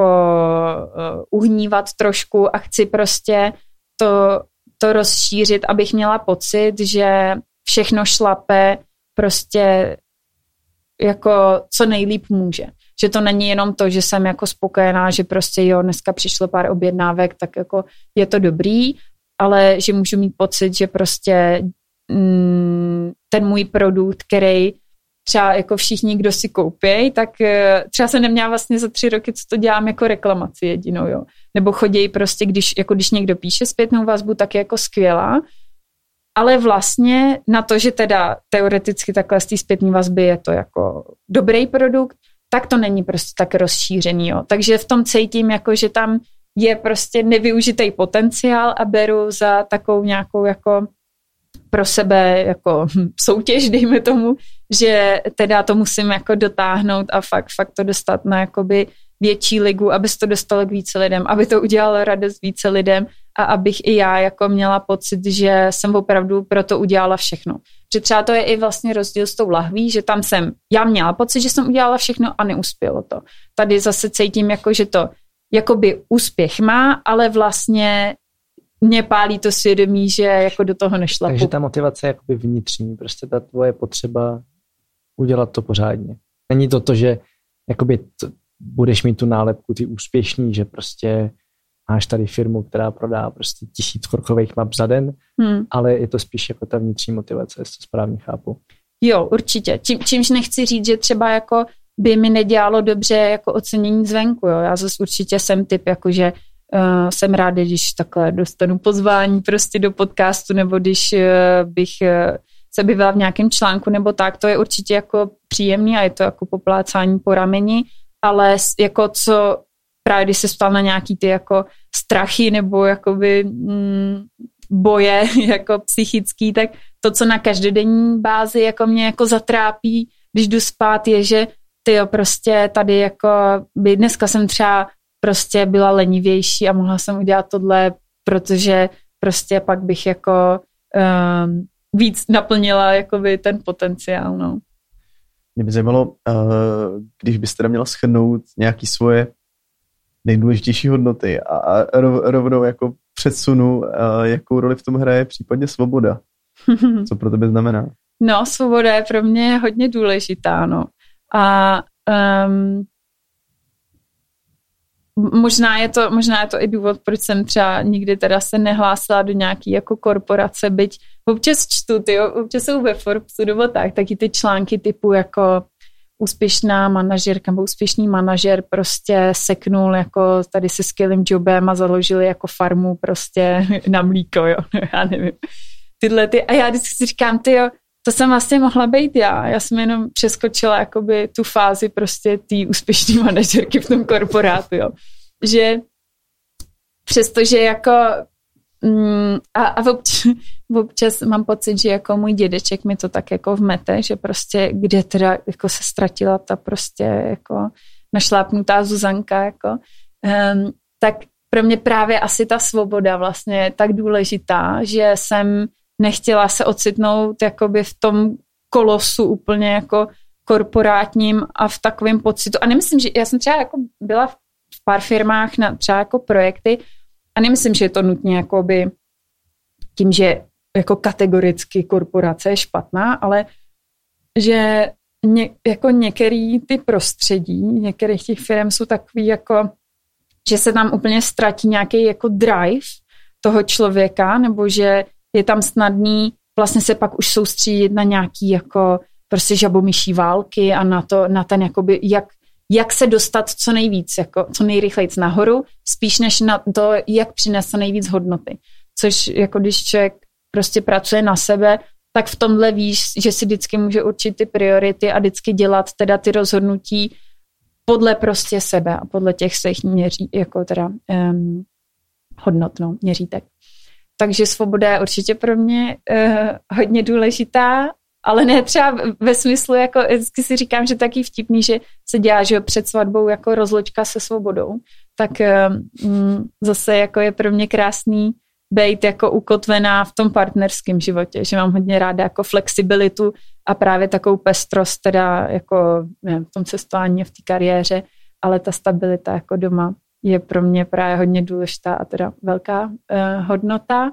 [SPEAKER 3] uhnívat trošku a chci prostě to, to rozšířit, abych měla pocit, že všechno šlape prostě jako co nejlíp může. Že to není jenom to, že jsem jako spokojená, že prostě jo, dneska přišlo pár objednávek, tak jako je to dobrý, ale že můžu mít pocit, že prostě mm, ten můj produkt, který třeba jako všichni, kdo si koupí, tak třeba jsem neměla vlastně za tři roky, co to dělám jako reklamaci jedinou, jo. Nebo chodějí prostě, když, jako když někdo píše zpětnou vazbu, tak je jako skvělá, ale vlastně na to, že teda teoreticky takhle z té zpětné vazby je to jako dobrý produkt, tak to není prostě tak rozšířený, jo. Takže v tom cítím, jako, že tam je prostě nevyužitý potenciál a beru za takovou nějakou jako pro sebe jako soutěž, dejme tomu, že teda to musím jako dotáhnout a fakt, fakt to dostat na jakoby větší ligu, aby se to dostalo k více lidem, aby to udělalo radost více lidem a abych i já jako měla pocit, že jsem opravdu pro to udělala všechno. Že třeba to je i vlastně rozdíl s tou lahví, že tam jsem, já měla pocit, že jsem udělala všechno a neuspělo to. Tady zase cítím jako, že to jakoby úspěch má, ale vlastně mě pálí to svědomí, že jako do toho nešlapu.
[SPEAKER 2] Takže ta motivace je jakoby vnitřní, prostě ta tvoje potřeba udělat to pořádně. Není to to, že jakoby to, budeš mít tu nálepku, ty úspěšný, že prostě máš tady firmu, která prodá prostě tisíc korkových map za den, hmm. ale je to spíš jako ta vnitřní motivace, jestli to správně chápu.
[SPEAKER 3] Jo, určitě. Čím, čímž nechci říct, že třeba jako by mi nedělalo dobře jako ocenění zvenku. Jo. Já zase určitě jsem typ, jakože uh, jsem ráda, když takhle dostanu pozvání prostě do podcastu, nebo když uh, bych uh, se bavila v nějakém článku nebo tak, to je určitě jako příjemný a je to jako poplácání po rameni, ale jako co právě když se ptal na nějaký ty jako strachy nebo jakoby mm, boje jako psychický, tak to, co na každodenní bázi jako mě jako zatrápí, když jdu spát, je, že tyjo, prostě tady jako by dneska jsem třeba prostě byla lenivější a mohla jsem udělat tohle, protože prostě pak bych jako um, víc naplnila jakoby ten potenciál, no.
[SPEAKER 4] Mě by zajímalo, když byste teda měla shrnout nějaký svoje nejdůležitější hodnoty a rovnou jako předsunu, jakou roli v tom hraje případně svoboda. Co pro tebe znamená?
[SPEAKER 3] No, svoboda je pro mě hodně důležitá, no. A um, možná je to, možná je to i důvod, proč jsem třeba nikdy teda se nehlásila do nějaký jako korporace, byť občas čtu, tyjo, občas jsou ve Forbesu nebo tak, taky ty články typu jako úspěšná manažerka nebo úspěšný manažer prostě seknul jako tady se skvělým jobem a založili jako farmu prostě na mlíko, jo, já nevím. Tyhle ty, a já vždycky si říkám, tyjo, to jsem vlastně mohla být já. Já jsem jenom přeskočila jakoby tu fázi prostě té úspěšné manažerky v tom korporátu, jo. Že přestože jako mm, a, a občas, občas mám pocit, že jako můj dědeček mi to tak jako vmete, že prostě kde teda jako se ztratila ta prostě jako našlápnutá Zuzanka, jako, um, tak pro mě právě asi ta svoboda vlastně je tak důležitá, že jsem nechtěla se ocitnout jakoby v tom kolosu úplně jako korporátním a v takovém pocitu. A nemyslím, že já jsem třeba jako byla v pár firmách na třeba jako projekty a nemyslím, že je to nutně jakoby tím, že jako kategoricky korporace je špatná, ale že ně, jako některý ty prostředí, některých těch firm jsou takový jako, že se tam úplně ztratí nějaký jako drive toho člověka, nebo že je tam snadný vlastně se pak už soustředit na nějaký jako prostě žabomyší války a na to, na ten jakoby, jak, jak se dostat co nejvíc, jako co nejrychlejc nahoru, spíš než na to, jak přinést co nejvíc hodnoty. Což jako když člověk prostě pracuje na sebe, tak v tomhle víš, že si vždycky může určit ty priority a vždycky dělat teda ty rozhodnutí podle prostě sebe a podle těch svých měří, jako teda um, hodnot, no, měřítek. Takže svoboda je určitě pro mě uh, hodně důležitá, ale ne třeba ve smyslu, jako vždycky si říkám, že taky vtipný, že se dělá, že před svatbou jako rozločka se svobodou, tak um, zase jako je pro mě krásný být jako ukotvená v tom partnerském životě, že mám hodně ráda jako flexibilitu a právě takovou pestrost teda jako nevím, v tom cestování a v té kariéře, ale ta stabilita jako doma je pro mě právě hodně důležitá a teda velká uh, hodnota.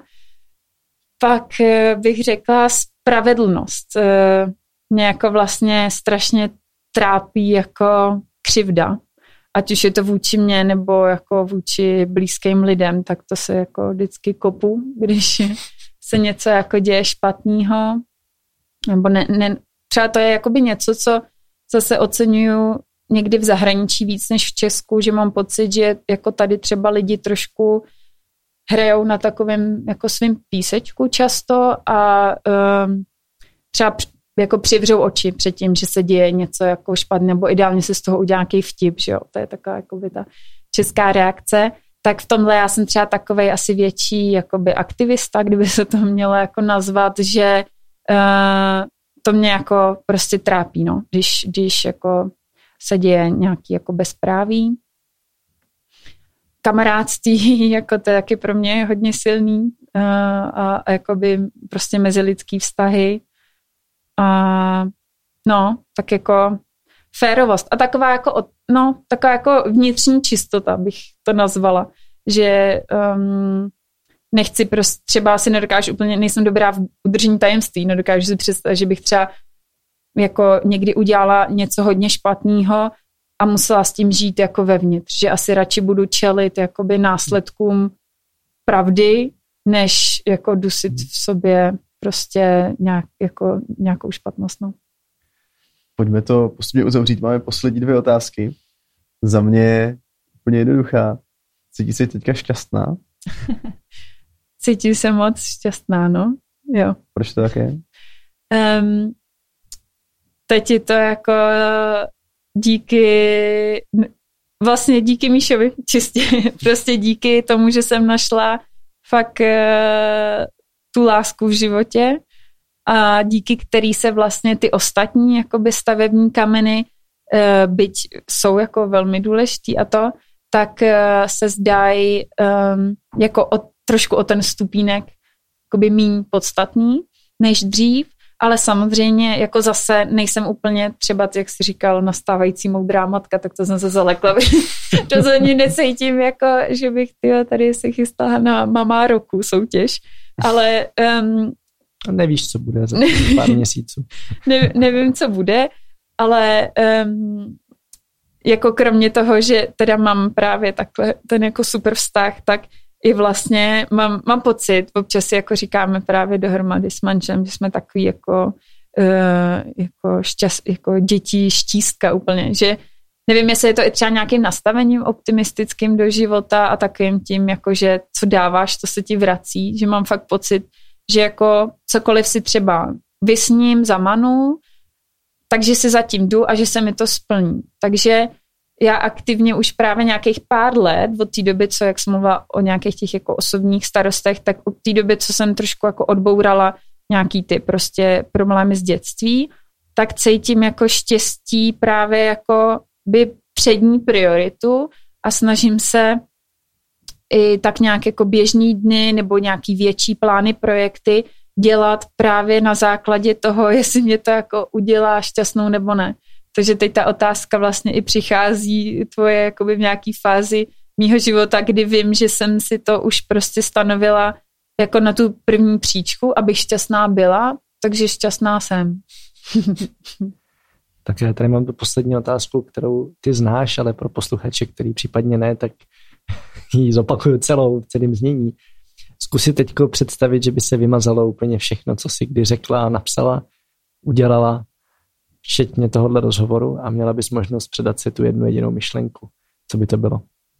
[SPEAKER 3] Pak uh, bych řekla spravedlnost. Uh, mě jako vlastně strašně trápí jako křivda. Ať už je to vůči mně nebo jako vůči blízkým lidem, tak to se jako vždycky kopu, když se něco jako děje špatného. Nebo ne, ne, třeba to je jakoby něco, co zase oceňuju někdy v zahraničí víc než v Česku, že mám pocit, že jako tady třeba lidi trošku hrajou na takovém jako svým písečku často a um, třeba jako přivřou oči před tím, že se děje něco jako špatné, nebo ideálně se z toho udělá nějaký vtip, že jo, to je taková jakoby ta česká reakce, tak v tomhle já jsem třeba takovej asi větší jakoby aktivista, kdyby se to mělo jako nazvat, že uh, to mě jako prostě trápí, no, když, když jako se děje nějaký jako bezpráví. Kamarádství, jako to je taky pro mě hodně silný uh, a, a jakoby prostě mezilidský vztahy. A no, tak jako férovost a taková jako, no, taková jako vnitřní čistota bych to nazvala, že um, nechci prostě, třeba si nedokážu úplně, nejsem dobrá v udržení tajemství, nedokážu si představit, že bych třeba jako někdy udělala něco hodně špatného a musela s tím žít jako vevnitř, že asi radši budu čelit jakoby následkům pravdy, než jako dusit v sobě prostě nějak, jako nějakou špatnost. No.
[SPEAKER 4] pojďme to postupně uzavřít. Máme poslední dvě otázky. Za mě úplně jednoduchá. Cítíš se teďka šťastná?
[SPEAKER 3] Cítím se moc šťastná, no. Jo.
[SPEAKER 4] Proč to tak je?
[SPEAKER 3] Um, teď je to jako díky, vlastně díky Míšovi, čistě. Prostě díky tomu, že jsem našla fakt uh, tu lásku v životě a díky který se vlastně ty ostatní jakoby stavební kameny, uh, byť jsou jako velmi důležitý a to, tak uh, se zdají um, jako o, trošku o ten stupínek jakoby míň podstatný než dřív, ale samozřejmě jako zase nejsem úplně třeba, jak jsi říkal, nastávající moudrá matka, tak to jsem se zalekla. Rozhodně necítím, jako, že bych tyjo, tady se chystala na mama roku soutěž, ale um,
[SPEAKER 2] nevíš, co bude za pár měsíců.
[SPEAKER 3] Ne, nevím, co bude, ale um, jako kromě toho, že teda mám právě takhle ten jako super vztah, tak i vlastně mám, mám pocit, občas si jako říkáme právě dohromady s manželem, že jsme takový jako, uh, jako, šťast, jako děti štístka úplně, že nevím, jestli je to i třeba nějakým nastavením optimistickým do života a takovým tím, jako že co dáváš, to se ti vrací, že mám fakt pocit, že jako cokoliv si třeba vysním, zamanu, takže si zatím jdu a že se mi to splní. Takže já aktivně už právě nějakých pár let, od té doby, co, jak jsem mluvila o nějakých těch jako osobních starostech, tak od té doby, co jsem trošku jako odbourala nějaký ty prostě problémy z dětství, tak cítím jako štěstí právě jako by přední prioritu a snažím se i tak nějak jako běžný dny nebo nějaký větší plány, projekty dělat právě na základě toho, jestli mě to jako udělá šťastnou nebo ne. Takže teď ta otázka vlastně i přichází tvoje jakoby v nějaký fázi mýho života, kdy vím, že jsem si to už prostě stanovila jako na tu první příčku, abych šťastná byla, takže šťastná jsem.
[SPEAKER 2] Tak já tady mám tu poslední otázku, kterou ty znáš, ale pro posluchače, který případně ne, tak ji zopakuju celou v celém znění. Zkus si teďko představit, že by se vymazalo úplně všechno, co jsi kdy řekla a napsala, udělala, včetně tohohle rozhovoru a měla bys možnost předat si tu jednu jedinou myšlenku. Co by to bylo?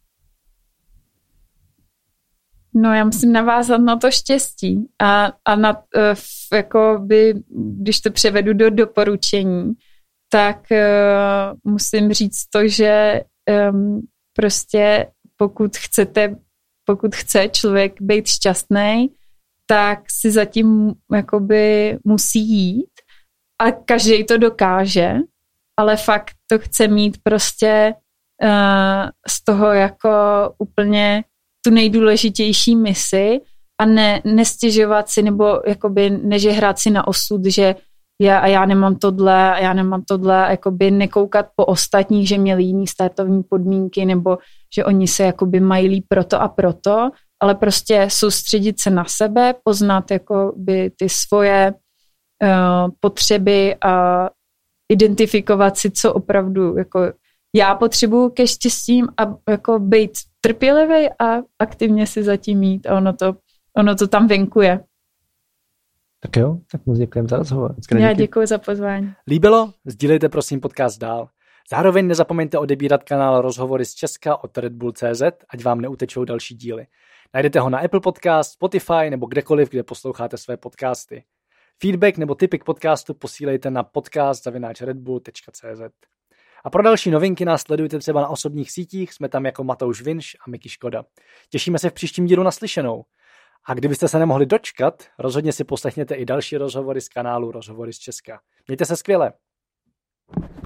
[SPEAKER 3] No já musím navázat na to štěstí a, a na, jako by, když to převedu do doporučení, tak uh, musím říct to, že um, prostě pokud chcete, pokud chce člověk být šťastný, tak si zatím jakoby musí jít a každý to dokáže, ale fakt to chce mít prostě uh, z toho jako úplně tu nejdůležitější misi a ne, nestěžovat si nebo jakoby nežehrát si na osud, že já a já nemám tohle a já nemám tohle, jakoby nekoukat po ostatních, že měli jiný startovní podmínky nebo že oni se jakoby mají líp proto a proto, ale prostě soustředit se na sebe, poznat jakoby ty svoje uh, potřeby a identifikovat si, co opravdu jako já potřebuju ke štěstím a jako být trpělivý a aktivně si zatím jít a ono to, ono to tam venkuje.
[SPEAKER 2] Tak jo, tak moc děkujeme za rozhovor.
[SPEAKER 3] Já děkuji za pozvání.
[SPEAKER 1] Líbilo? Sdílejte prosím podcast dál. Zároveň nezapomeňte odebírat kanál Rozhovory z Česka od Red Bull tečka cé zet, ať vám neutečou další díly. Najdete ho na Apple Podcast, Spotify nebo kdekoliv, kde posloucháte své podcasty. Feedback nebo tipy k podcastu posílejte na podcast zavináč redbull tečka cé zet. A pro další novinky nás sledujte třeba na osobních sítích, jsme tam jako Matouš Vinš a Miky Škoda. Těšíme se v příštím dílu naslyšenou. A kdybyste se nemohli dočkat, rozhodně si poslechněte i další rozhovory z kanálu Rozhovory z Česka. Mějte se skvěle.